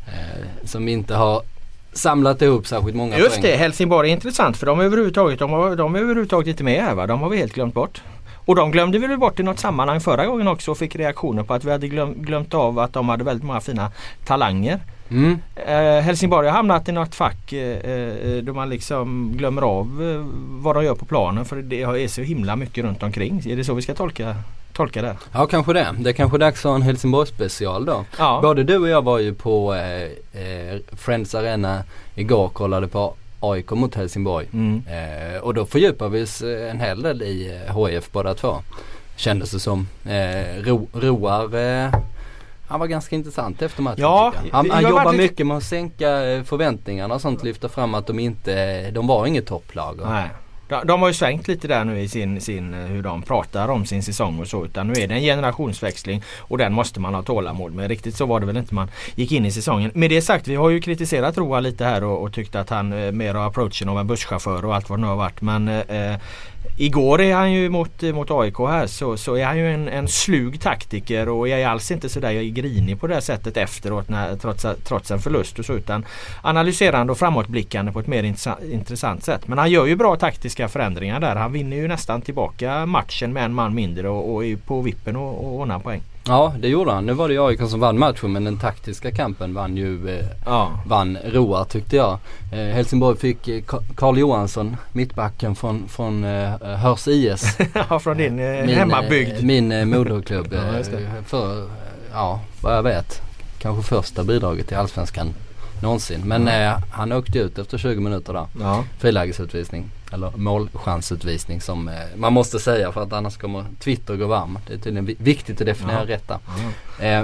Eh, som inte har samlat ihop särskilt många Just poäng. det, Helsingborg är intressant för de är överhuvudtaget, de har, de är överhuvudtaget inte med här, va? De har vi helt glömt bort. Och de glömde vi väl bort i något sammanhang förra gången också och fick reaktioner på att vi hade glöm, glömt av att de hade väldigt många fina talanger. Mm. Eh, Helsingborg har hamnat i något fack eh, då man liksom glömmer av eh, vad de gör på planen, för det är så himla mycket runt omkring. Är det så vi ska tolka, tolka det? Ja, kanske det. Det är kanske dags för en Helsingborg special då. Ja. Både du och jag var ju på eh, eh, Friends Arena igår och kollade på A I K mot Helsingborg. Mm. Eh, och då fördjupar vi oss en hel del i H I F båda två. Kändes det som. Eh, ro, roar... Eh, Han var ganska intressant efter matchen. Ja, han han jobbar lite... mycket med att sänka förväntningarna och sånt, lyfta fram att de inte, de var inget topplag. Nej. De, de har ju svängt lite där nu i sin, sin, hur de pratar om sin säsong och så, utan nu är det en generationsväxling och den måste man ha tålamod med. Riktigt så var det väl inte man gick in i säsongen. Med det sagt, vi har ju kritiserat Roa lite här och, och tyckt att han eh, mer har approachen av en busschaufför och allt vad det nu har varit, men eh, igår är han ju mot, mot A I K här så, så är han ju en, en slug taktiker och jag är alls inte så där jag är grinig på det sättet efteråt när, trots, trots en förlust och så, utan analyserande och framåtblickande på ett mer intressant, intressant sätt. Men han gör ju bra taktiska förändringar där. Han vinner ju nästan tillbaka matchen med en man mindre och, och är på vippen och, och ordnar poäng. Ja, det gjorde han. Nu var det ju A I K som vann matchen, men den taktiska kampen vann ju eh, ja. vann Roar tyckte jag. Eh, Helsingborg fick eh, Carl Johansson, mittbacken från, från eh, Hörs I S. Ja, från din eh, min, hemmabygd. Eh, min eh, moderklubb. Eh, ja, för, ja, vad jag vet. Kanske första bidraget till Allsvenskan någonsin. Men ja. eh, han åkte ut efter tjugo minuter där. Ja. Frilägesutvisning. Eller målchansutvisning som eh, man måste säga, för att annars kommer Twitter gå varm. Det är tydligen vi- viktigt att definiera ja. rätta. Ja. Eh,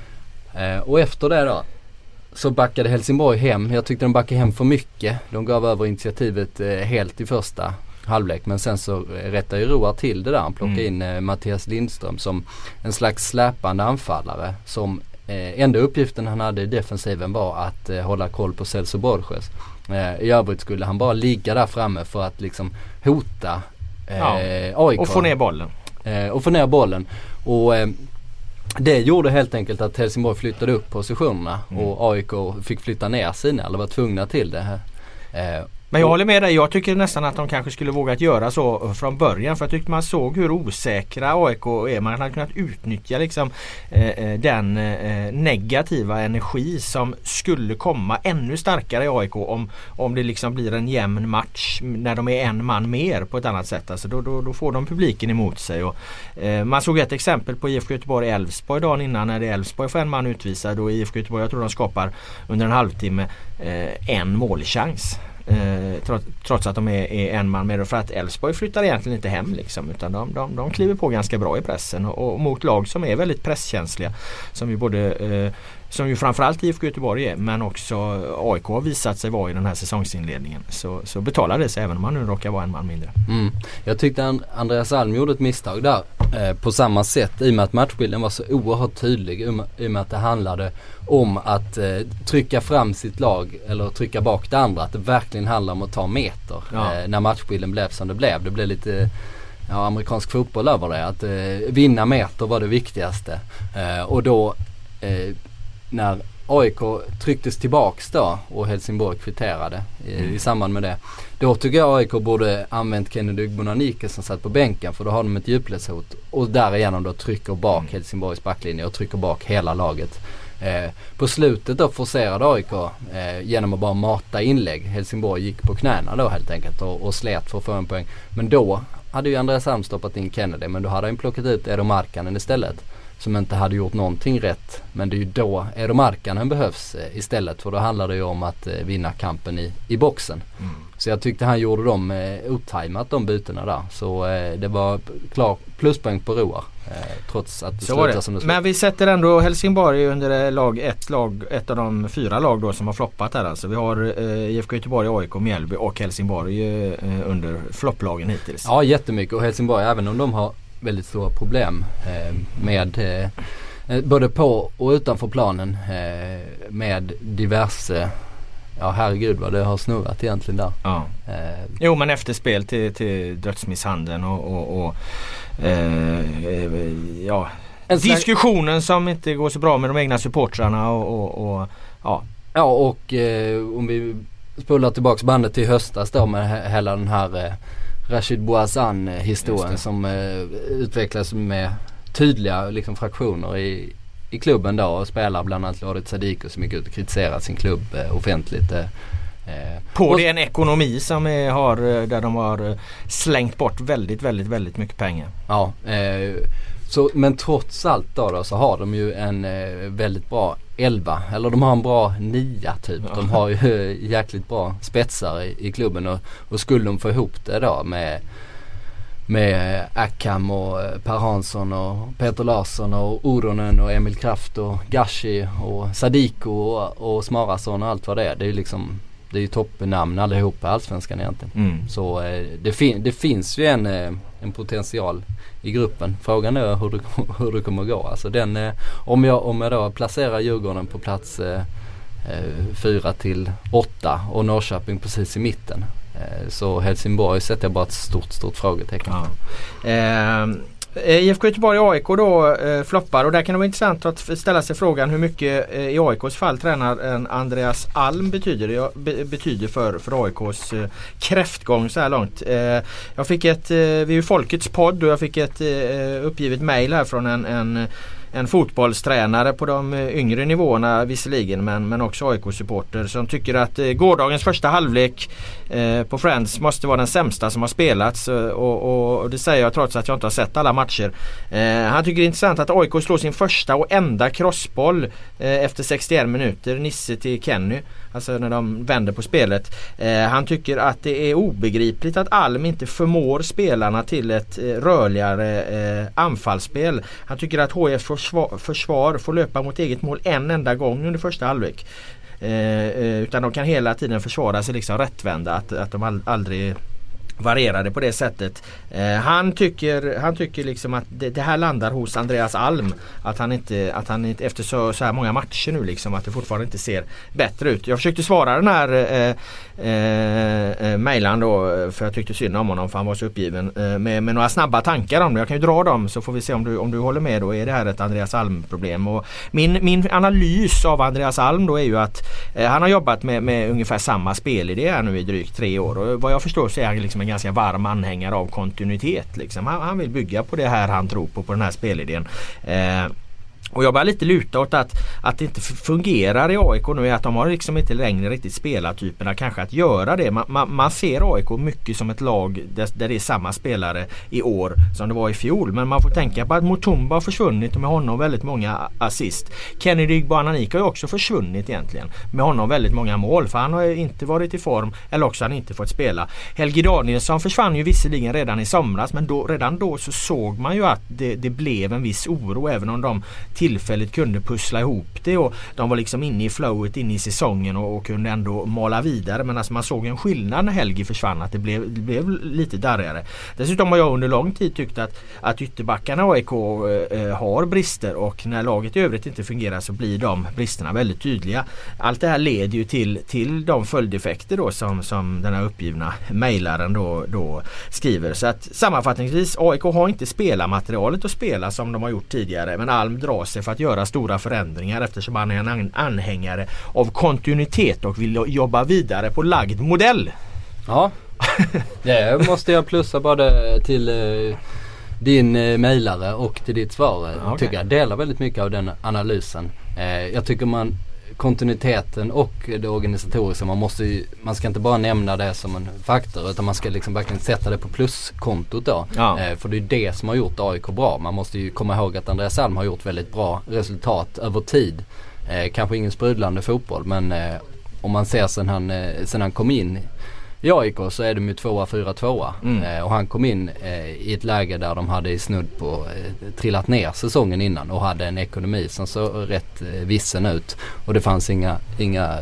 eh, och efter det då så backade Helsingborg hem. Jag tyckte de backade hem för mycket. De gav över initiativet eh, helt i första halvlek. Men sen så rättade ju Roar till det där. Han plockade mm. in eh, Mattias Lindström som en slags släpande anfallare som Eh, enda uppgiften han hade i defensiven var att eh, hålla koll på Celso Borges. Eh, I övrigt skulle han bara ligga där framme för att liksom hota eh, ja. A I K. Och få ner bollen. Eh, och få ner bollen. Och eh, det gjorde helt enkelt att Helsingborg flyttade upp positionerna mm. och A I K fick flytta ner sina, eller var tvungna till det här. Eh, Men jag håller med dig, jag tycker nästan att de kanske skulle vågat göra så från början, för jag tyckte man såg hur osäkra A I K är. Man hade kunnat utnyttja liksom, eh, den eh, negativa energi som skulle komma ännu starkare i A I K om, om det liksom blir en jämn match när de är en man mer på ett annat sätt. Alltså då, då, då får de publiken emot sig. Och, eh, man såg ett exempel på I F K Göteborg Elfsborg dagen innan när det är Elfsborg får en man utvisad och I F K Göteborg, jag tror de skapar under en halvtimme eh, en målchans. Eh, trots, trots att de är, är en man med, för att Elfsborg flyttar egentligen inte hem liksom, utan de, de, de kliver på ganska bra i pressen och, och mot lag som är väldigt presskänsliga, som ju både eh, som ju framförallt I F K Göteborg är, men också A I K har visat sig vara i den här säsongsinledningen, så, så betalar det sig även om man nu råkar vara en man mindre. Mm. Jag tyckte And- Andreas Alm gjorde ett misstag där eh, på samma sätt, i och med att matchbilden var så oerhört tydlig, i och med att det handlade om att eh, trycka fram sitt lag eller trycka bak det andra, att det verkligen handlar om att ta meter. Ja. Eh, när matchbilden blev som det blev. Det blev lite ja, amerikansk fotboll över det, att eh, vinna meter var det viktigaste. Eh, och då eh, när A I K trycktes tillbaks då och Helsingborg kvitterade i, mm. i samband med det. Då tycker jag A I K borde använt Kennedy Igbonanike som satt på bänken, för då har de ett djupledshot och därigenom då trycker bak mm. Helsingborgs backlinje och trycker bak hela laget. Eh, på slutet då forcerade A I K eh, genom att bara mata inlägg. Helsingborg gick på knäna då helt enkelt och, och slet för att få en poäng. Men då hade ju Andreas Alm stoppat in Kennedy, men då hade han plockat ut Edo Markkanen istället, som inte hade gjort någonting rätt. Men det är ju då Edo Markkanen behövs eh, istället, för då handlar det ju om att eh, vinna kampen i, i boxen. Mm. Så jag tyckte han gjorde dem eh, otajmat de bytena där. Så eh, det var klar pluspoäng på Roar. Eh, trots att det slutar som det slutar. Men vi sätter ändå Helsingborg under lag ett, lag, ett av de fyra lag då som har floppat här. Alltså. Vi har eh, I F K Göteborg, A I K, Mjällby och Helsingborg eh, under flopplagen hittills. Ja, jättemycket. Och Helsingborg, även om de har väldigt stora problem eh, med eh, både på och utanför planen eh, med diverse. Ja, herregud vad det har snurrat egentligen där. Ja. Eh. Jo, men efterspel till, till dödsmisshandeln och, och, och eh, ja, diskussionen som inte går så bra med de egna supportrarna och, och, och ja. Ja, och eh, om vi spolar tillbaks bandet till höstas då med hela den här eh, Rashid Bouazan-historien som eh, utvecklas med tydliga liksom, fraktioner i i klubben då, och spelar bland annat Lodit Sadiku som gick ut och kritiserat sin klubb eh, offentligt. Eh, på och, det en ekonomi som är, har, där de har slängt bort väldigt, väldigt, väldigt mycket pengar. Ja, eh, så, men trots allt då, då så har de ju en eh, väldigt bra elva, eller de har en bra nia typ. Ja. De har ju jäkligt bra spetsar i, i klubben och, och skulle de få ihop det då med med Akam och Per Hansson och Peter Larsson och Oronen och Emil Kraft och Gashi och Sadiku och, och Smarason och allt vad det är. Det är ju liksom, det är ju toppnamn allihop på Allsvenskan egentligen. Mm. Så eh, det, fin- det finns ju en, eh, en potential i gruppen. Frågan är hur det, hur det kommer att gå. Alltså den, eh, om, jag, om jag då placerar Djurgården på plats eh, fyra till åtta och Norrköping precis i mitten, så Helsingborg sätter jag bara ett stort, stort frågetecken. Ja. Eh, I F K Göteborg och A I K då eh, floppar, och där kan det vara intressant att ställa sig frågan hur mycket eh, i A I Ks fall tränaren Andreas Alm betyder, ja, be, betyder för, för A I Ks eh, kräftgång så här långt. Eh, jag fick ett, eh, vi är ju Folkets podd, och jag fick ett eh, uppgivet mejl här från en, en en fotbollstränare på de yngre nivåerna visserligen, men, men också A I K-supporter som tycker att eh, gårdagens första halvlek eh, på Friends måste vara den sämsta som har spelats, och, och, och det säger jag trots att jag inte har sett alla matcher. Eh, han tycker det är intressant att A I K slår sin första och enda crossboll eh, efter sextioen minuter, Nisse till Kenny, alltså när de vänder på spelet. Eh, han tycker att det är obegripligt att Alm inte förmår spelarna till ett eh, rörligare eh, anfallsspel. Han tycker att H F försvar, försvar får löpa mot eget mål en enda gång under första halvlek. Eh, eh, utan de kan hela tiden försvara sig liksom rättvända, att, att de all, aldrig varierade på det sättet. Eh, han tycker han tycker liksom att det, det här landar hos Andreas Alm, att han inte att han inte efter så, så här många matcher nu liksom, att det fortfarande inte ser bättre ut. Jag försökte svara den här eh, eh, mejlan då, för jag tyckte synd om honom för han var så uppgiven, eh, med, med några snabba tankar om det. Jag kan ju dra dem så får vi se om du, om du håller med då. Är det här ett Andreas Alm-problem? Och min, min analys av Andreas Alm då är ju att eh, han har jobbat med, med ungefär samma spelidé här nu i drygt tre år, och vad jag förstår så är han liksom en ganska varm anhängare av kontinuitet liksom. han, han vill bygga på det här han tror på, på den här spelidén. Eh, Och jag börjar lite luta åt att, att det inte fungerar i A I K nu, är att de har liksom inte längre riktigt spelartyperna kanske att göra det. Man, man, man ser A I K mycket som ett lag där, där det är samma spelare i år som det var i fjol. Men man får tänka på att Mutumba har försvunnit och med honom väldigt många assist. Kennedy Igbonanike har ju också försvunnit egentligen. Med honom väldigt många mål, för han har inte varit i form eller också har han inte fått spela. Helge Danielsson försvann ju visserligen redan i somras, men då, redan då så såg man ju att det, det blev en viss oro, även om de tillfälligt kunde pussla ihop det och de var liksom inne i flowet, inne i säsongen och, och kunde ändå mala vidare. Men alltså man såg en skillnad när Helge försvann, att det blev, det blev lite darrigare. Dessutom har jag under lång tid tyckt att, att ytterbackarna A I K eh, har brister, och när laget i övrigt inte fungerar så blir de bristerna väldigt tydliga. Allt det här leder ju till, till de följdeffekter då som, som den här uppgivna mejlaren då, då skriver. Så att sammanfattningsvis, A I K har inte spelarmaterialet att spela som de har gjort tidigare, men Alm drar sig för att göra stora förändringar eftersom han är en anhängare av kontinuitet och vill jobba vidare på lagd modell. Ja, det måste jag plussa både till eh, din eh, mejlare och till ditt svar. Okay. Tycker jag delar väldigt mycket av den analysen. Eh, jag tycker man kontinuiteten och det organisatoriska, man måste ju, man ska inte bara nämna det som en faktor utan man ska liksom verkligen sätta det på pluskontot då. Ja. Eh, för det är det som har gjort A I K bra. Man måste ju komma ihåg att Andreas Alm har gjort väldigt bra resultat över tid. Eh, kanske ingen sprudlande fotboll, men eh, om man ser sen han, eh, sen han kom in i A I K så är de ju tvåa, fyra, tvåa. Mm. Eh, och han kom in eh, i ett läge där de hade i snudd på eh, trillat ner säsongen innan och hade en ekonomi som såg rätt eh, vissen ut. Och det fanns inga, inga,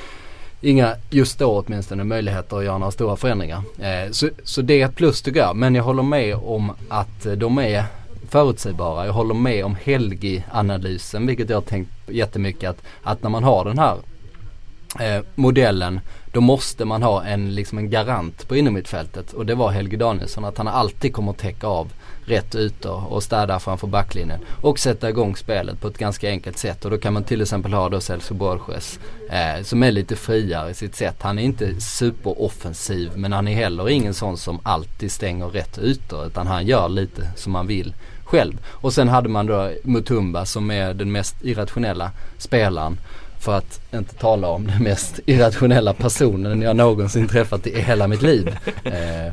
inga just då åtminstone möjligheter att göra några stora förändringar. Eh, så, så det är ett plus tycker jag. Men jag håller med om att de är förutsägbara. Jag håller med om Helgi-analysen, vilket jag har tänkt jättemycket att, att när man har den här eh, modellen, då måste man ha en, liksom en garant på innermittfältet, och det var Helge Danielsson, att han alltid kommer att täcka av rätt ut och städa framför backlinjen och sätta igång spelet på ett ganska enkelt sätt. Och då kan man till exempel ha då Celso Borges eh, som är lite friare i sitt sätt. Han är inte superoffensiv, men han är heller ingen sån som alltid stänger rätt ut, utan han gör lite som han vill själv. Och sen hade man då Mutumba som är den mest irrationella spelaren, för att inte tala om den mest irrationella personen jag någonsin träffat i hela mitt liv. Eh,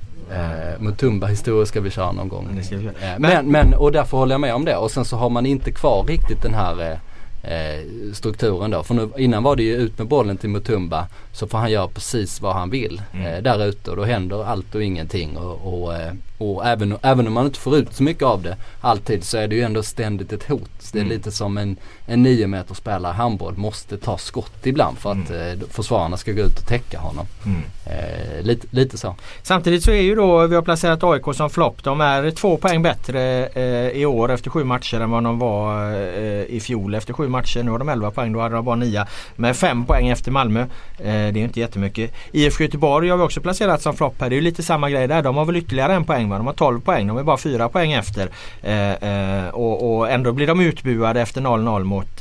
eh, Mutumba historia ska vi köra någon gång. Eh, men, men, och därför håller jag med om det. Och sen så har man inte kvar riktigt den här eh, strukturen då. För nu, innan var det ju ut med bollen till Mutumba, så får han göra precis vad han vill mm. eh, där ute, och då händer allt och ingenting. Och, och, eh, och även, även om man inte får ut så mycket av det alltid, så är det ju ändå ständigt ett hot. Det är mm. lite som en, en nio meter spelare handboll måste ta skott ibland för att mm. eh, försvararna ska gå ut och täcka honom. Mm. Eh, lite, lite så. Samtidigt så är ju då, vi har placerat A I K som flopp. De är två poäng bättre eh, i år efter sju matcher än vad de var eh, i fjol efter sju matcher. Nu har de elva poäng, då hade de bara nio. Med fem poäng efter Malmö. Eh, det är inte jättemycket. I F K Göteborg har vi också placerat som flopp här. Det är ju lite samma grej där. De har väl ytterligare en poäng. De har tolv poäng. De är bara fyra poäng efter. Eh, eh, och, och ändå blir de utbuade efter noll noll mot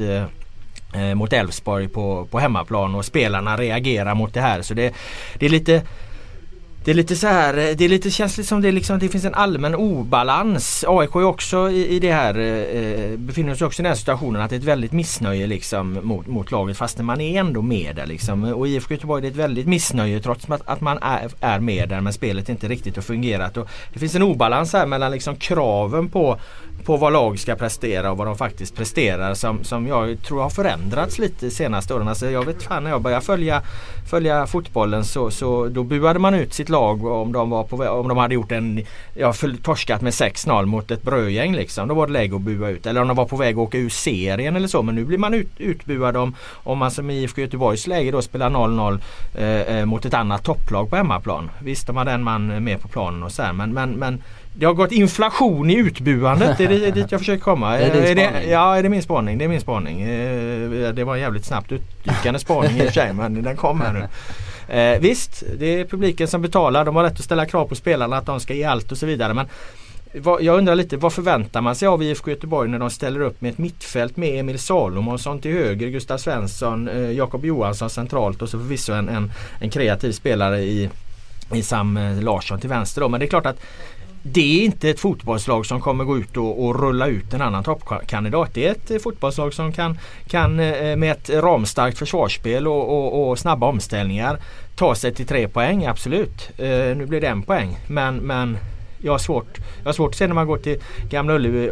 eh, mot Elfsborg på, på hemmaplan, och spelarna reagerar mot det här. Så det, det är lite Det är lite så här, det är lite känsligt som det liksom, det finns en allmän obalans. A I K är också i, i det här eh, befinner sig också i den här situationen att det är ett väldigt missnöje liksom mot, mot laget, fast man är ändå med där liksom. Och I F K Göteborg är det ett väldigt missnöje trots att, att man är, är med där, men spelet inte riktigt har fungerat. Och det finns en obalans här mellan liksom kraven på på vad lag ska prestera och vad de faktiskt presterar, som, som jag tror har förändrats lite senaste åren. Alltså jag vet fan, när jag började följa, följa fotbollen så, så då buade man ut sitt lag om de, var på, om de hade gjort en ja, torskat med sex noll mot ett brödgäng liksom. Då var det läge att bua ut. Eller om de var på väg att åka ur serien eller så. Men nu blir man ut, utbuad om, om man som i I F K Göteborgs läge då spelar noll noll eh, mot ett annat topplag på hemmaplan. Visst, de hade en man med på planen och så här, men, men, men det har gått inflation i utbuandet. Det är dit jag försöker komma. Är det, är det ja, är det min spaning? Det är min spaning. Det var en jävligt snabbt utdykande spaning i och för sig, men den kom här nu. Eh, visst, det är publiken som betalar. De har rätt att ställa krav på spelarna att de ska ge allt och så vidare. Men vad, jag undrar lite, vad förväntar man sig av I F K Göteborg när de ställer upp med ett mittfält med Emil Salomonsson till höger, Gustav Svensson, eh, Jakob Johansson centralt, och så förvisso en, en, en kreativ spelare i, i Sam Larsson till vänster då. Men det är klart att det är inte ett fotbollslag som kommer gå ut och, och rulla ut en annan toppkandidat. Det är ett fotbollslag som kan, kan med ett ramstarkt försvarsspel och, och, och snabba omställningar ta sig till tre poäng, absolut. Uh, nu blir det en poäng. Men, men jag har svårt, jag har svårt att se när man går till Gamla Ullevi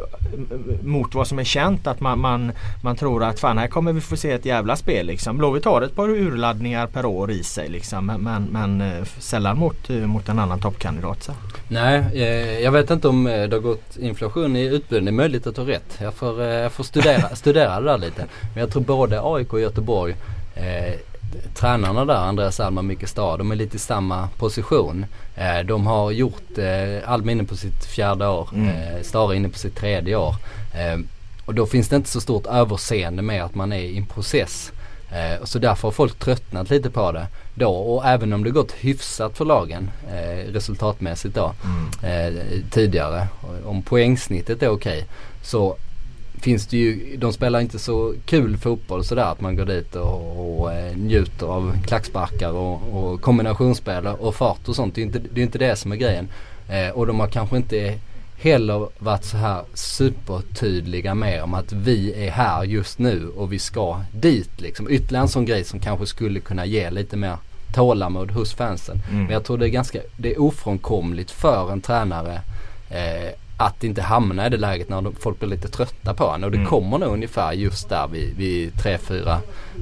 mot vad som är känt, att man, man, man tror att fan, här kommer vi få se ett jävla spel liksom. Blåvitt har ett par urladdningar per år i sig liksom, men, men uh, sällan mot, uh, mot en annan toppkandidat så. Nej, eh, jag vet inte om det har gått inflation i utbudet. Det är möjligt att ta rätt. Jag får, eh, jag får studera, studera det där lite. Men jag tror både A I K och Göteborg, eh, tränarna där, Andreas Alm och Micke Stad, de är lite i samma position. Eh, de har gjort eh, Alm inne på sitt fjärde år, mm. eh, Stare inne på sitt tredje år. Eh, och då finns det inte så stort överseende med att man är i en process. Eh, så därför har folk tröttnat lite på det då, och även om det gått hyfsat för lagen eh, resultatmässigt då mm. eh, tidigare, om poängsnittet är okej, så finns det ju, de spelar inte så kul fotboll sådär att man går dit och, och eh, njuter av klacksparkar och, och kombinationsspel och fart och sånt. Det är inte det, är inte det som är grejen. Eh, och de har kanske inte heller varit så här supertydliga med om att vi är här just nu och vi ska dit liksom. Ytterligare en sån grej som kanske skulle kunna ge lite mer tålamod hos fansen. Mm. Men jag tror det är ganska, det är ofrånkomligt för en tränare eh, att inte hamna i det läget när de, folk blir lite trötta på honom. Och det mm. kommer nog ungefär just där vid, vid tre, fyra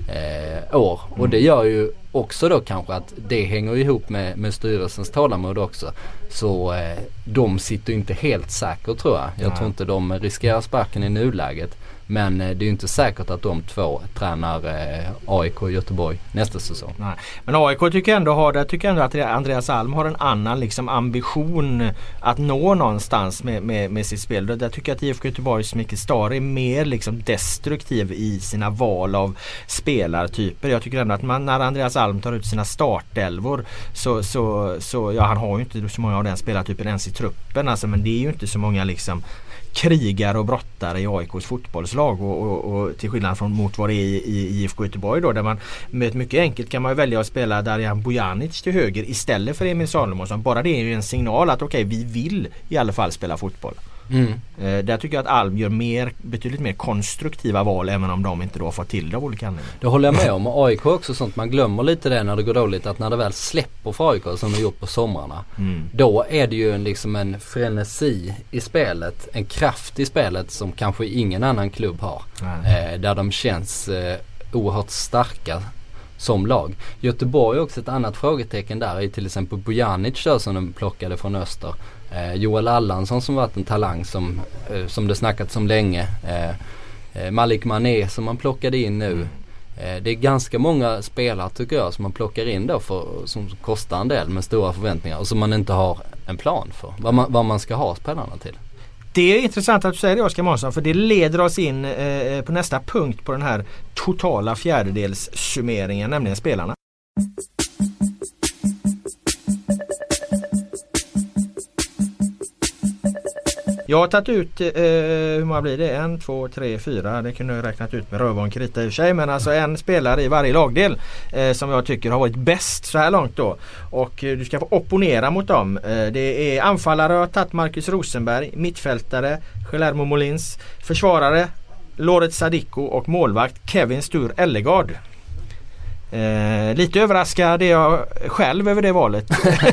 eh, år. Mm. Och det gör ju också då kanske att det hänger ihop med, med styrelsens tålamod också. Så eh, de sitter inte helt säkert tror jag. Jag Nej. tror inte de riskerar sparken i nuläget. Men eh, det är ju inte säkert att de två tränar eh, A I K i Göteborg nästa säsong. Nej. Men A I K tycker ändå, har, där tycker ändå att Andreas Alm har en annan liksom, ambition att nå någonstans med, med, med sitt spel. Där tycker jag att I F K Göteborgs Micke Stare är mer liksom, destruktiv i sina val av spelartyper. Jag tycker ändå att man, när Andreas Alm tar ut sina startelvor så, så, så ja, han har ju inte så många av den spelartypen ens i truppen. Alltså, men det är ju inte så många liksom krigare och brottare i A I K:s fotbollslag och, och, och till skillnad från mot vad det är i, i I F K Göteborg då, där man med ett mycket enkelt kan man ju välja att spela Darijan Bojanic till höger istället för Emil Salomonsson. Bara det är ju en signal att okej, okay, vi vill i alla fall spela fotboll. Mm. Eh, där tycker jag att Alm gör mer, betydligt mer konstruktiva val även om de inte då har fått till det av olika anledningar. Det håller jag med om. A I K också sånt, man glömmer lite det när det går dåligt, att när det väl släpper för A I K som de gjort på somrarna, mm. då är det ju en, liksom en frenesi i spelet, en kraft i spelet som kanske ingen annan klubb har. Eh, där de känns eh, oerhört starka som lag. Göteborg är också ett annat frågetecken där i till exempel Bojanic då, som de plockade från Öster. Eh, Joel Allansson som varit en talang som, eh, som det snackats om länge. Eh, eh, Malik Mané som man plockade in nu. Eh, det är ganska många spelare tycker jag som man plockar in då för, som kostar en del med stora förväntningar och som man inte har en plan för. Vad man, vad man ska ha spelarna till. Det är intressant att du säger det, Oskar Månsson, för det leder oss in eh, på nästa punkt på den här totala fjärdedelssummeringen, nämligen spelarna. Jag har tagit ut, eh, hur många blir det? En, två, tre, fyra. Det kunde jag räknat ut med röv och en krita i och för sig. Men alltså en spelare i varje lagdel eh, som jag tycker har varit bäst så här långt då. Och eh, du ska få opponera mot dem. Eh, det är anfallare har tagit Marcus Rosenberg, mittfältare Guillermo Molins, försvarare Loret Sadiko och målvakt Kevin Stur Ellegard. Eh, lite överraskad är jag själv över det valet.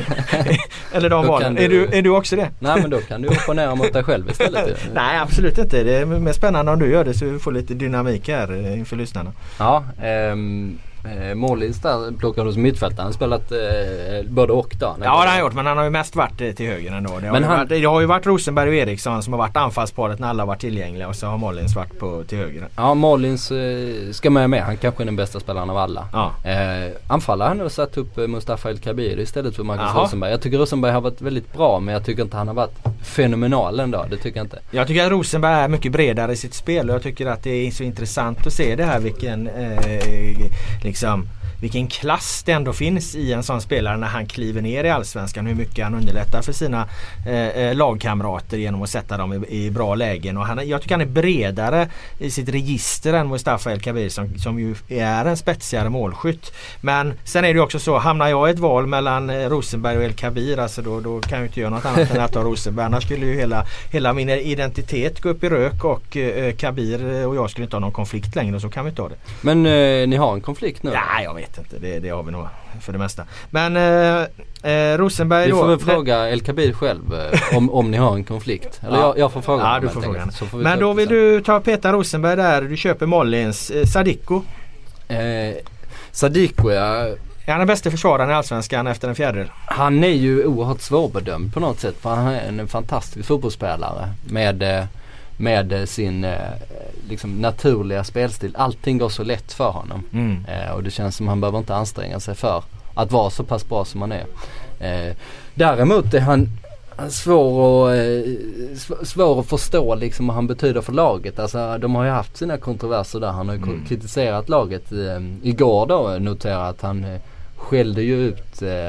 Eller de valen. Du, är, du, är du också det? Nej, men då kan du opponera mot dig själv istället. Nej, absolut inte. Det är mer spännande om du gör det så vi får lite dynamik här inför lyssnarna. Ja, ehm Eh, Målins där plockade hos mittfältaren. Han har spelat eh, både och då. Ja, det har han gjort, men han har ju mest varit eh, till höger ändå. Det har, men han, varit, det har ju varit Rosenberg och Eriksson som har varit anfallsparet när alla har varit tillgängliga, och så har Målins varit på, till höger. Ja, Målins eh, ska med med. Han kanske är den bästa spelaren av alla. Ja. Eh, anfallare han har satt upp eh, Mustafa El Kabir istället för Marcus Aha. Rosenberg. Jag tycker Rosenberg har varit väldigt bra, men jag tycker inte han har varit fenomenal ändå. Det tycker jag inte. Jag tycker att Rosenberg är mycket bredare i sitt spel, och jag tycker att det är så intressant att se det här, vilken eh, liksom vilken klass det ändå finns i en sån spelare när han kliver ner i Allsvenskan, hur mycket han underlättar för sina eh, lagkamrater genom att sätta dem i, i bra lägen. Och han, jag tycker han är bredare i sitt register än Mustafa El Kabir som, som ju är en spetsigare målskytt. Men sen är det ju också så, hamnar jag i ett val mellan eh, Rosenberg och El Kabir, alltså då, då kan jag inte göra något annat än att ta Rosenberg. Annars skulle ju hela, hela min identitet gå upp i rök, och eh, Kabir och jag skulle inte ha någon konflikt längre, och så kan vi ta det. Men eh, ni har en konflikt nu? Ja, jag vet inte. Det, det har vi nog för det mesta. Men eh, eh, Rosenberg vi får då, väl fråga El Kabir själv eh, om, om ni har en konflikt. Eller ja. jag, jag får fråga. Ja, du får fråga. Men då vill du ta Peter Rosenberg där. Du köper Mollins. Eh, Sadiko. Eh, Sadiko, ja. Är han den bästa försvararen i Allsvenskan efter en fjärdedel? Han är ju oerhört svårbedömd på något sätt. För han är en fantastisk fotbollsspelare med... Eh, med sin eh, liksom naturliga spelstil. Allting går så lätt för honom. Mm. Eh, och det känns som han behöver inte anstränga sig för att vara så pass bra som han är. Eh, däremot är han svår att, eh, svår att förstå liksom vad han betyder för laget. Alltså, de har ju haft sina kontroverser där. Han har ju mm. kritiserat laget. Eh, igår då noterade att han eh, skällde ju ut eh,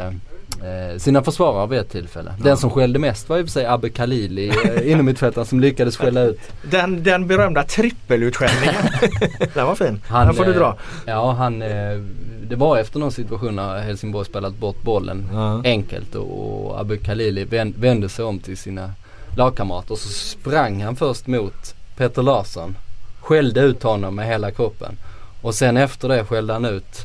eh, sina försvarare vid ett tillfälle. Ja. Den som skällde mest var ju för sig Abbe Khalili eh, inom mittfältaren som lyckades skälla ut. Den, den berömda trippelutskällningen. Den var fin. Han, den får du dra. Eh, ja, han... Eh, det var efter någon situation när Helsingborg spelat bort bollen ja. enkelt och, och Abbe Khalili vänd, vände sig om till sina lagkamrater och så sprang han först mot Peter Larsson, skällde ut honom med hela kroppen och sen efter det skällde han ut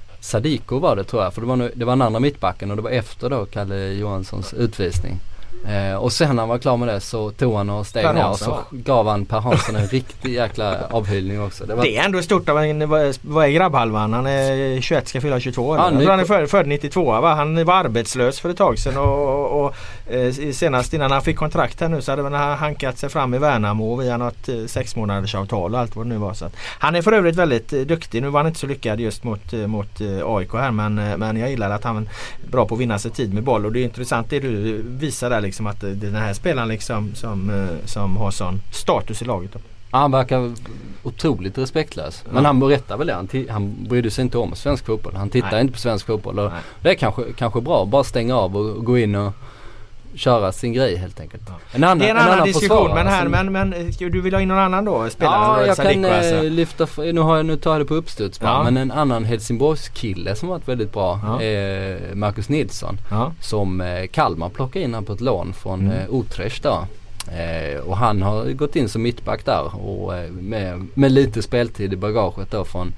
Sadiko var det tror jag, för det var, nu, det var en andra mittbacken och det var efter då Kalle Johanssons utvisning. Eh, och sen när han var klar med det så tog han och steg ner och så gav han Per Hansson en riktig jäkla avhyllning också. Det, var det är ändå stort av en, vad är grabbhalvan? Han är tjugoett, ska fylla tjugotvå. Ja, han, han är född, född nittiotvå va? Han var arbetslös för ett tag sedan och, och, och eh, senast innan han fick kontrakt här nu så hade han hankat sig fram i Värnamo via något eh, sex månaders avtal och allt vad det nu var. Så att, han är för övrigt väldigt eh, duktig. Nu var han inte så lyckad just mot, eh, mot eh, A I K här men, eh, men jag gillar att han är bra på att vinna sig tid med boll och det är intressant det du visar där liksom att det är den här spelaren liksom som, som har sån status i laget då. Ja, han verkar otroligt respektlös. Men ja. han berättar väl det. Han, t- han brydde sig inte om svensk fotboll. Han tittar Nej. inte på svensk fotboll. Och det är kanske, kanske bra. Bara stänga av och gå in och köra sin grej helt enkelt. Ja. En annan, det är en, en annan, annan diskussion men här, som, men, men du vill ha in någon annan då? Ja, jag kan alltså. lyfta, nu, har jag, nu tar jag det på uppstuds ja. men en annan Helsingborgs kille som varit väldigt bra ja. är Marcus Nilsson ja. som eh, Kalmar plockade in han på ett lån från mm. eh, Utrecht då. Eh, och han har gått in som mittback där och eh, med, med lite speltid i bagaget då från,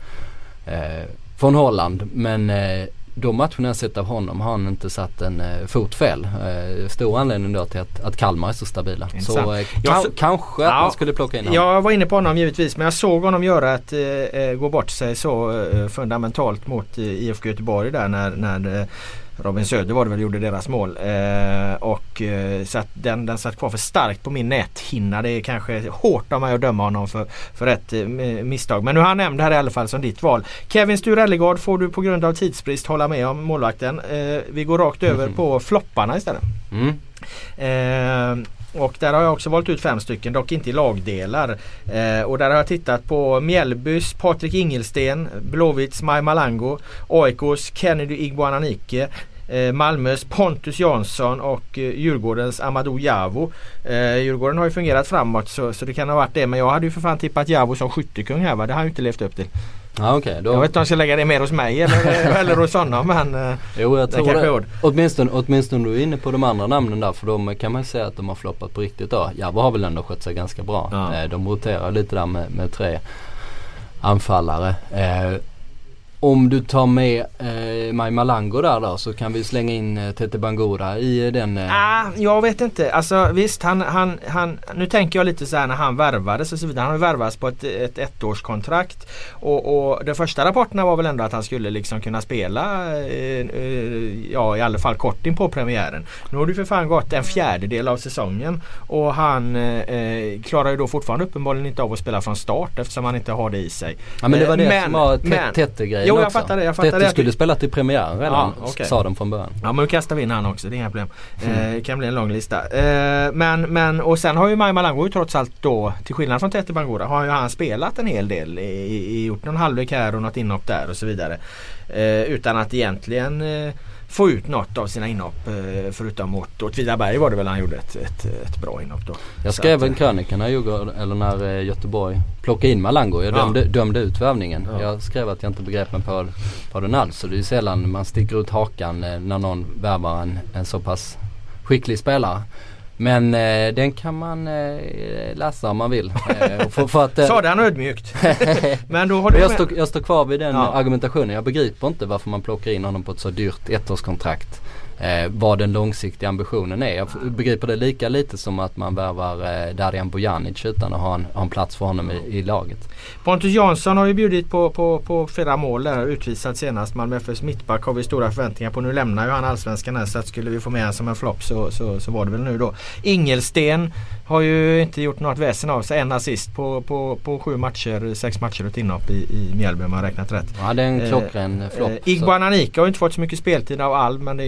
eh, från Holland men eh, de matcherna jag sett av honom har han inte satt en eh, fot fel. Eh, stor anledning då till att, att Kalmar är så stabila. Intressant. Så eh, ka- så, kanske ja, att man skulle plocka in honom. Jag var inne på honom givetvis men jag såg honom göra att eh, gå bort sig så eh, fundamentalt mot eh, I F K Göteborg där när, när eh, Robin Söder var det väl gjorde deras mål eh, och eh, så att den, den satt kvar för starkt på min näthinna. Det är kanske hårt av mig att döma honom för, för ett eh, misstag. Men nu har han nämnt det här i alla fall som ditt val. Kevin Sture-Ellegård får du på grund av tidsbrist hålla med om målvakten. Eh, vi går rakt över mm. på flopparna istället. Mm. Eh, och där har jag också valt ut fem stycken, dock inte i lagdelar. Eh, och där har jag tittat på Mjällbys Patrik Ingelsten, Blåvitts Maj Malango, A I K:s Kennedy Igboananike, eh, Malmös Pontus Jansson och eh, Djurgårdens Amadou Javo. Eh, Djurgården har ju fungerat framåt så, så det kan ha varit det. Men jag hade ju för fan tippat Javo som skyttekung här va? Det har jag ju inte levt upp till. Ja, okay, då... Jag vet inte om jag ska lägga det mer hos mig eller, eller hos honom men jo, jag tror det. det. Åtminstone, åtminstone du är inne på de andra namnen där för de kan man säga att de har floppat på riktigt då. Javo har väl ändå skött sig ganska bra. Ja. De roterar lite där med, med tre anfallare. Eh, Om du tar med eh, Maj Malango där då så kan vi slänga in eh, Tete Bangura i den... Eh... Ah, jag vet inte. Alltså visst, han, han, han, nu tänker jag lite så här när han värvades och så vidare. Han har värvats på ett, ett ettårskontrakt och, och de första rapporterna var väl ändå att han skulle liksom kunna spela eh, eh, ja i alla fall kort in på premiären. Nu har du för fan gått en fjärdedel av säsongen och han eh, klarar ju då fortfarande uppenbarligen inte av att spela från start eftersom han inte har det i sig. Ja men det var det men, som var t- Tete-grejen. Jo, jag fattar det. Jag fattar det. Det skulle spela till premiären redan, ja, okay. sa de från början. Ja, men nu kastar vi in han också. Det är inga problem. Mm. Eh, kan bli en lång lista. Eh, men, men, och sen har ju Maj Malango trots allt då, till skillnad från Tete Bangura, har ju han spelat en hel del. I, i, gjort någon halvlek här och något inhopp där och så vidare. Eh, utan att egentligen eh, få ut något av sina inhopp eh, förutom mot Åtvidaberg var det väl han gjorde ett, ett, ett bra inhopp då. Jag skrev en krönika när, Djurgården, eller när eh, Göteborg plockade in Malango. Jag dömde, ja. dömde ut värvningen. Ja. Jag skrev att jag inte begrep mig på, på den alls. Så det är sällan man sticker ut hakan eh, när någon värvar en, en så pass skicklig spelare. Men eh, den kan man eh, läsa om man vill. Eh, för, för att, eh, Sa det han ödmjukt. Men då har du jag, står, jag står kvar vid den ja. argumentationen. Jag begriper inte varför man plockar in honom på ett så dyrt ettårskontrakt. Eh, vad den långsiktiga ambitionen är. Jag begriper det lika lite som att man värvar eh, Darijan Bojanic utan att ha en, ha en plats för honom i, i laget. Pontus Jansson har ju bjudit på, på, på flera mål där, utvisat senast. Malmö F F:s mittback har vi stora förväntningar på. Nu lämnar ju han allsvenskan här så att skulle vi få med han som en flopp så, så, så var det väl nu då. Ingelsten har ju inte gjort något väsen av sig. En assist på, på, på sju matcher, sex matcher och ett inhopp i, i Mjällby om man räknat rätt. Ja, det är en klockren eh, flopp. Eh, Igboananike har ju inte fått så mycket speltid av all men det är ju andra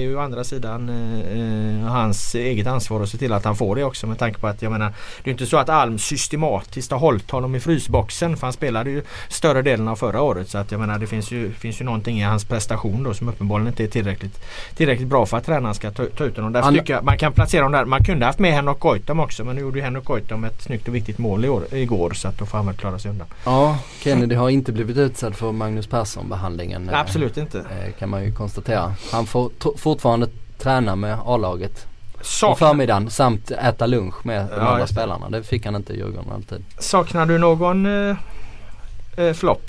andra sidan eh, hans eget ansvar att se till att han får det också, med tanke på att jag menar, det är inte så att Alm systematiskt har hållit honom i frysboxen, för han spelade ju större delen av förra året, så att jag menar det finns ju, finns ju någonting i hans prestation då som uppenbarligen inte är tillräckligt, tillräckligt bra för att tränaren ska ta, ta ut honom. Därför han, tycker jag man kan placera honom där. Man kunde haft med Henok Goitom också, men nu gjorde ju Henok Goitom ett snyggt och viktigt mål i år, igår, så att då får han väl klara sig undan. Ja, Kennedy har inte blivit utsatt för Magnus Persson-behandlingen. Nej, absolut inte. Kan man ju konstatera. Han får t- fortfarande träna med A-laget Saknar... på förmiddagen samt äta lunch med de ja, andra spelarna. Det fick han inte i Djurgården alltid. Saknar du någon eh, eh, flopp?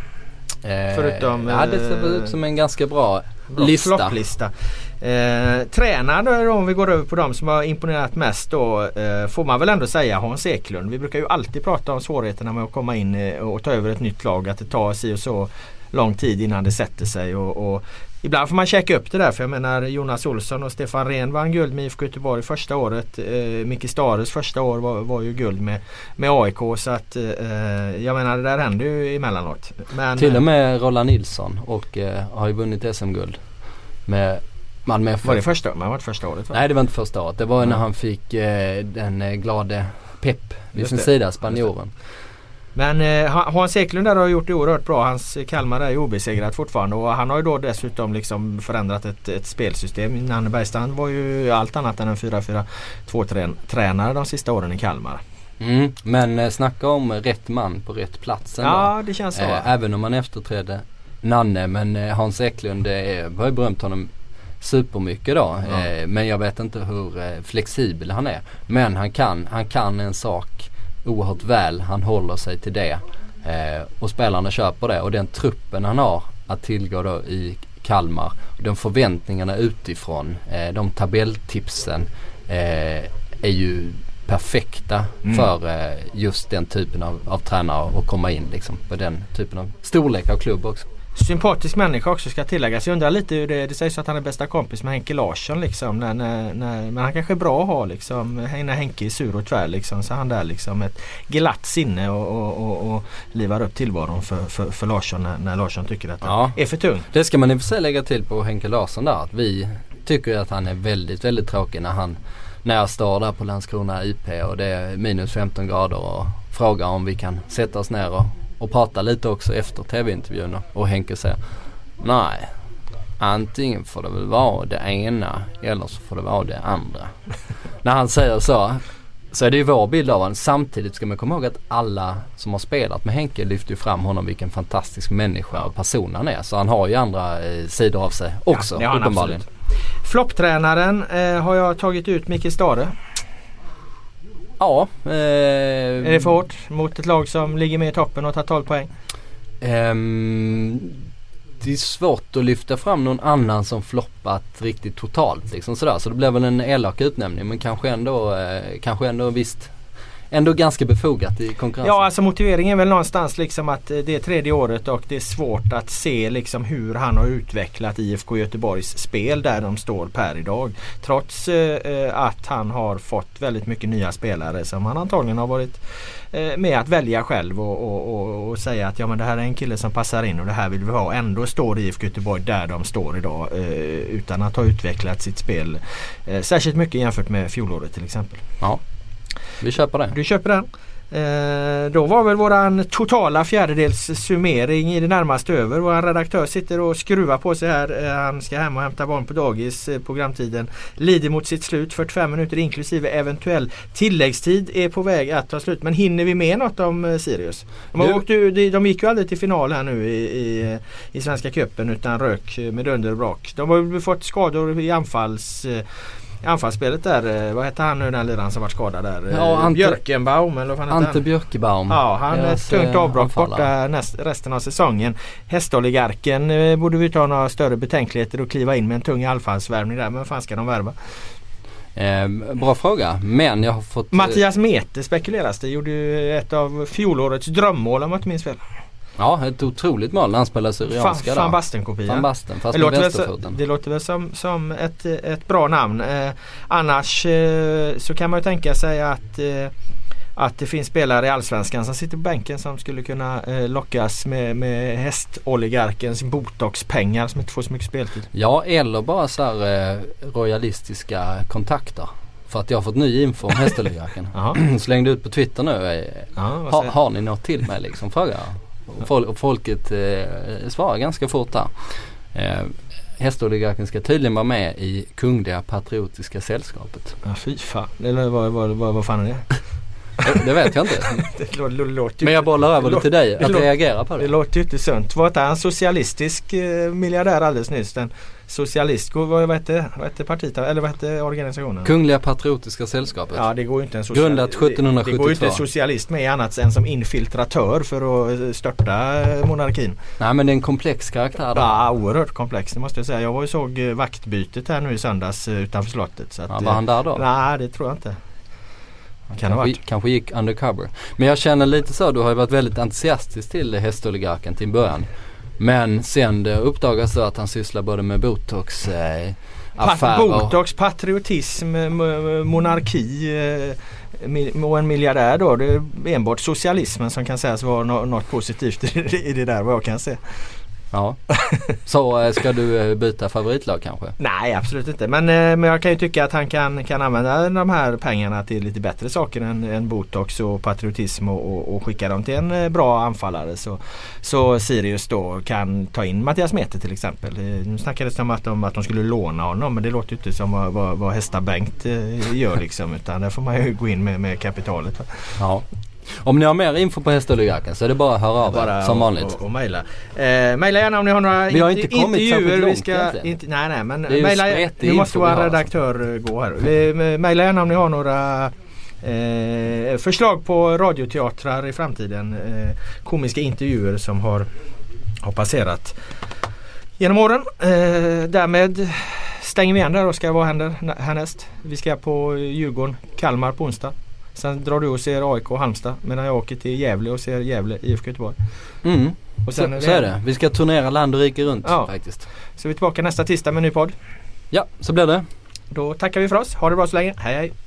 Eh, Förutom... Ja, det ser ut som en ganska bra, bra lista. Flopplista. Eh, tränare, om vi går över på dem som har imponerat mest då, eh, får man väl ändå säga Hans Eklund. Vi brukar ju alltid prata om svårigheterna med att komma in eh, och ta över ett nytt lag, att det tar sig och så lång tid innan det sätter sig, och, och ibland får man checka upp det där, för jag menar Jonas Olsson och Stefan Rehn vann guld med I F K Göteborg första året, eh, Micke Stares första år var, var ju guld med, med A I K, så att eh, jag menar det där händer ju emellanåt. Men, till och med Roland Nilsson och eh, har ju vunnit S M-guld med Malmö F F. Var det första, men var det första året? Va? Nej, det var inte första året. Det var mm. när han fick eh, den eh, glade Pep vid sin sida, spanjoren. Men eh, Hans Eklund där har gjort det oerhört bra. Hans Kalmar är ju obesegrat fortfarande, och han har ju då dessutom liksom förändrat ett, ett spelsystem. Nanne Bergstrand var ju allt annat än en fyra fyra två tränare de sista åren i Kalmar. Mm, men eh, snacka om rätt man på rätt plats ändå. Ja, det känns så. Eh, även om man efterträdde Nanne, men eh, Hans Eklund eh, har ju berömt honom supermycket då. Ja. Eh, men jag vet inte hur eh, flexibel han är. Men han kan, han kan en sak oerhört väl. Han håller sig till det. Eh, och spelarna köper det. Och den truppen han har att tillgå då i Kalmar, och de förväntningarna utifrån, eh, de tabelltipsen eh, är ju perfekta mm. för eh, just den typen av, av tränare att komma in liksom, på den typen av storlek av klubb också. Sympatisk människa också ska tilläggas. Jag undrar lite hur det, det sägs att han är bästa kompis med Henke Larsson liksom, när, när, när, men han kanske är bra att ha liksom, när Henke är sur och tvär liksom, så han där liksom ett glatt sinne och, och, och, och livar upp tillvaron för, för, för Larsson när, när Larsson tycker att ja. det är för tung. Det ska man i och för sig lägga till på Henke Larsson där, att vi tycker att han är väldigt, väldigt tråkig när han när jag står där på Landskrona I P och det är minus femton grader och frågar om vi kan sätta oss ner och Och prata lite också efter tv-intervjun, och Henke säger nej, antingen får det väl vara det ena eller så får det vara det andra. När han säger så, så är det ju vår bild av honom. Samtidigt ska man komma ihåg att alla som har spelat med Henke lyfter ju fram honom, vilken fantastisk människa och person han är. Så han har ju andra eh, sidor av sig också, ja, uppenbarligen. Flopptränaren eh, har jag tagit ut Micke Stare. Ja. Eh, är det för hårt mot ett lag som ligger med i toppen och tar tolv poäng? Um, det är svårt att lyfta fram någon annan som floppat riktigt totalt liksom sådär. Så det blev väl en elak utnämning, men kanske ändå eh, kanske ändå visst ändå ganska befogat i konkurrensen. Ja, alltså motiveringen är väl någonstans liksom att det är tredje året och det är svårt att se liksom hur han har utvecklat I F K Göteborgs spel där de står per idag. Trots eh, att han har fått väldigt mycket nya spelare som han antagligen har varit eh, med att välja själv och, och, och, och säga att ja, men det här är en kille som passar in och det här vill vi ha. Ändå står I F K Göteborg där de står idag eh, utan att ha utvecklat sitt spel eh, särskilt mycket jämfört med fjolåret till exempel. Ja. Vi köper det. Du köper den. Eh, då var väl våran totala fjärdedels summering i det närmaste över. Vår redaktör sitter och skruvar på sig här. Eh, han ska hem och hämta barn på dagis. Eh, programtiden lider mot sitt slut. fyrtiofem minuter inklusive eventuell tilläggstid är på väg att ta slut. Men hinner vi med något om eh, Sirius? De, har åkt, de, de gick ju aldrig till final här nu i, i, i Svenska cupen utan rök med dunder och brak. De har ju fått skador i anfalls... Eh, anfallsspelet där, vad heter han nu den liraren som varit skadad där? Ja, Ante, Björkenbaum eller vad Ante han? Björkebaum. Ja, han är ett tungt avbrott borta näst, resten av säsongen. Hästoligarken eh, borde vi ta några större betänkligheter och kliva in med en tung anfallsvärvning där, men vad fan ska de värva? Eh, bra fråga, men jag har fått... Mattias Mete spekuleras, det gjorde ju ett av fjolårets drömmål om jag inte minns fel. Ja, ett otroligt mål när han spelar syrianska. Van Basten-kopia. Van Basten, fast det, med låter vänsterfoten. det låter väl som, som ett, ett bra namn. Eh, annars eh, så kan man ju tänka sig att eh, att det finns spelare i Allsvenskan som sitter på bänken som skulle kunna eh, lockas med, med hästoligarkens botoxpengar som inte får så mycket speltid. Ja, eller bara så här eh, royalistiska kontakter. För att jag har fått ny info om hästoligarken. Slängde ut på Twitter nu. Eh, ja, ha, har ni något till mig liksom? Frågar och, fol- och folket eh, svarar ganska fort där. Eh, hästoligarken ska tydligen vara med i Kungliga Patriotiska Sällskapet. Ja, fy fan. Eller vad, vad, vad, vad fan är det? Det vet jag inte. det låter, låter Men jag bollar över det till dig att låter, reagera på det. Det låter ju inte sunt. Var inte han socialistisk eh, miljardär alldeles nyss? Den socialist, vad, vad hette vad hette partiet eller vad hette organisationen? Kungliga Patriotiska Sällskapet. Ja, det går ju inte en social... Grundat sjuttonhundrasjuttiotvå. Det, det går ju inte en socialist med annat än som infiltratör för att störta monarkin. Nej, men det är en komplex karaktär då. Ja, oerhört komplex, det måste jag säga. Jag var ju såg vaktbytet här nu i söndags utanför slottet. Så att, ja, var han där då? Nej, det tror jag inte. Kan kanske, kanske gick undercover. Men jag känner lite så, du har ju varit väldigt entusiastisk till hästoligarken till början. Men sen det uppdagas då att han sysslar både med botox eh, affärer. Botox, patriotism, monarki eh, och en miljardär då. Det är enbart socialismen som kan sägas vara no- något positivt i, i det där vad jag kan se. Ja. Så ska du byta favoritlag kanske? Nej, absolut inte. Men, men jag kan ju tycka att han kan, kan använda de här pengarna till lite bättre saker än, än botox och patriotism och, och, och skicka dem till en bra anfallare. Så, så Sirius då kan ta in Mattias Mete till exempel. Nu snackades det om att de, att de skulle låna honom, men det låter ju inte som vad, vad, vad Hästa Bengt gör liksom, utan där får man ju gå in med, med kapitalet. Ja. Om ni har mer info på hästoligarken så är det bara att höra av er som vanligt. Och, och, och mejla. Eh, mejla gärna om ni har några vi har inte intervjuer. kommit särskilt långt vi ska, inte, nej, nej, men mejla. Nu måste vara redaktör alltså. Gå här. Mejla gärna om ni har några eh, förslag på radioteatrar i framtiden. Eh, komiska intervjuer som har, har passerat genom åren. Eh, därmed stänger vi igen där och ska vad händer härnäst? Vi ska på Djurgården, Kalmar på onsdag. Sen drar du och ser A I K och Halmstad medan jag åker till Gävle och ser Gävle I F K Göteborg. Mm. Och sen så, är, så är det. Vi ska turnera land och rike runt ja. faktiskt. Så vi är tillbaka nästa tisdag med en ny podd. Ja, så blir det. Då tackar vi för oss. Ha det bra så länge. Hej hej.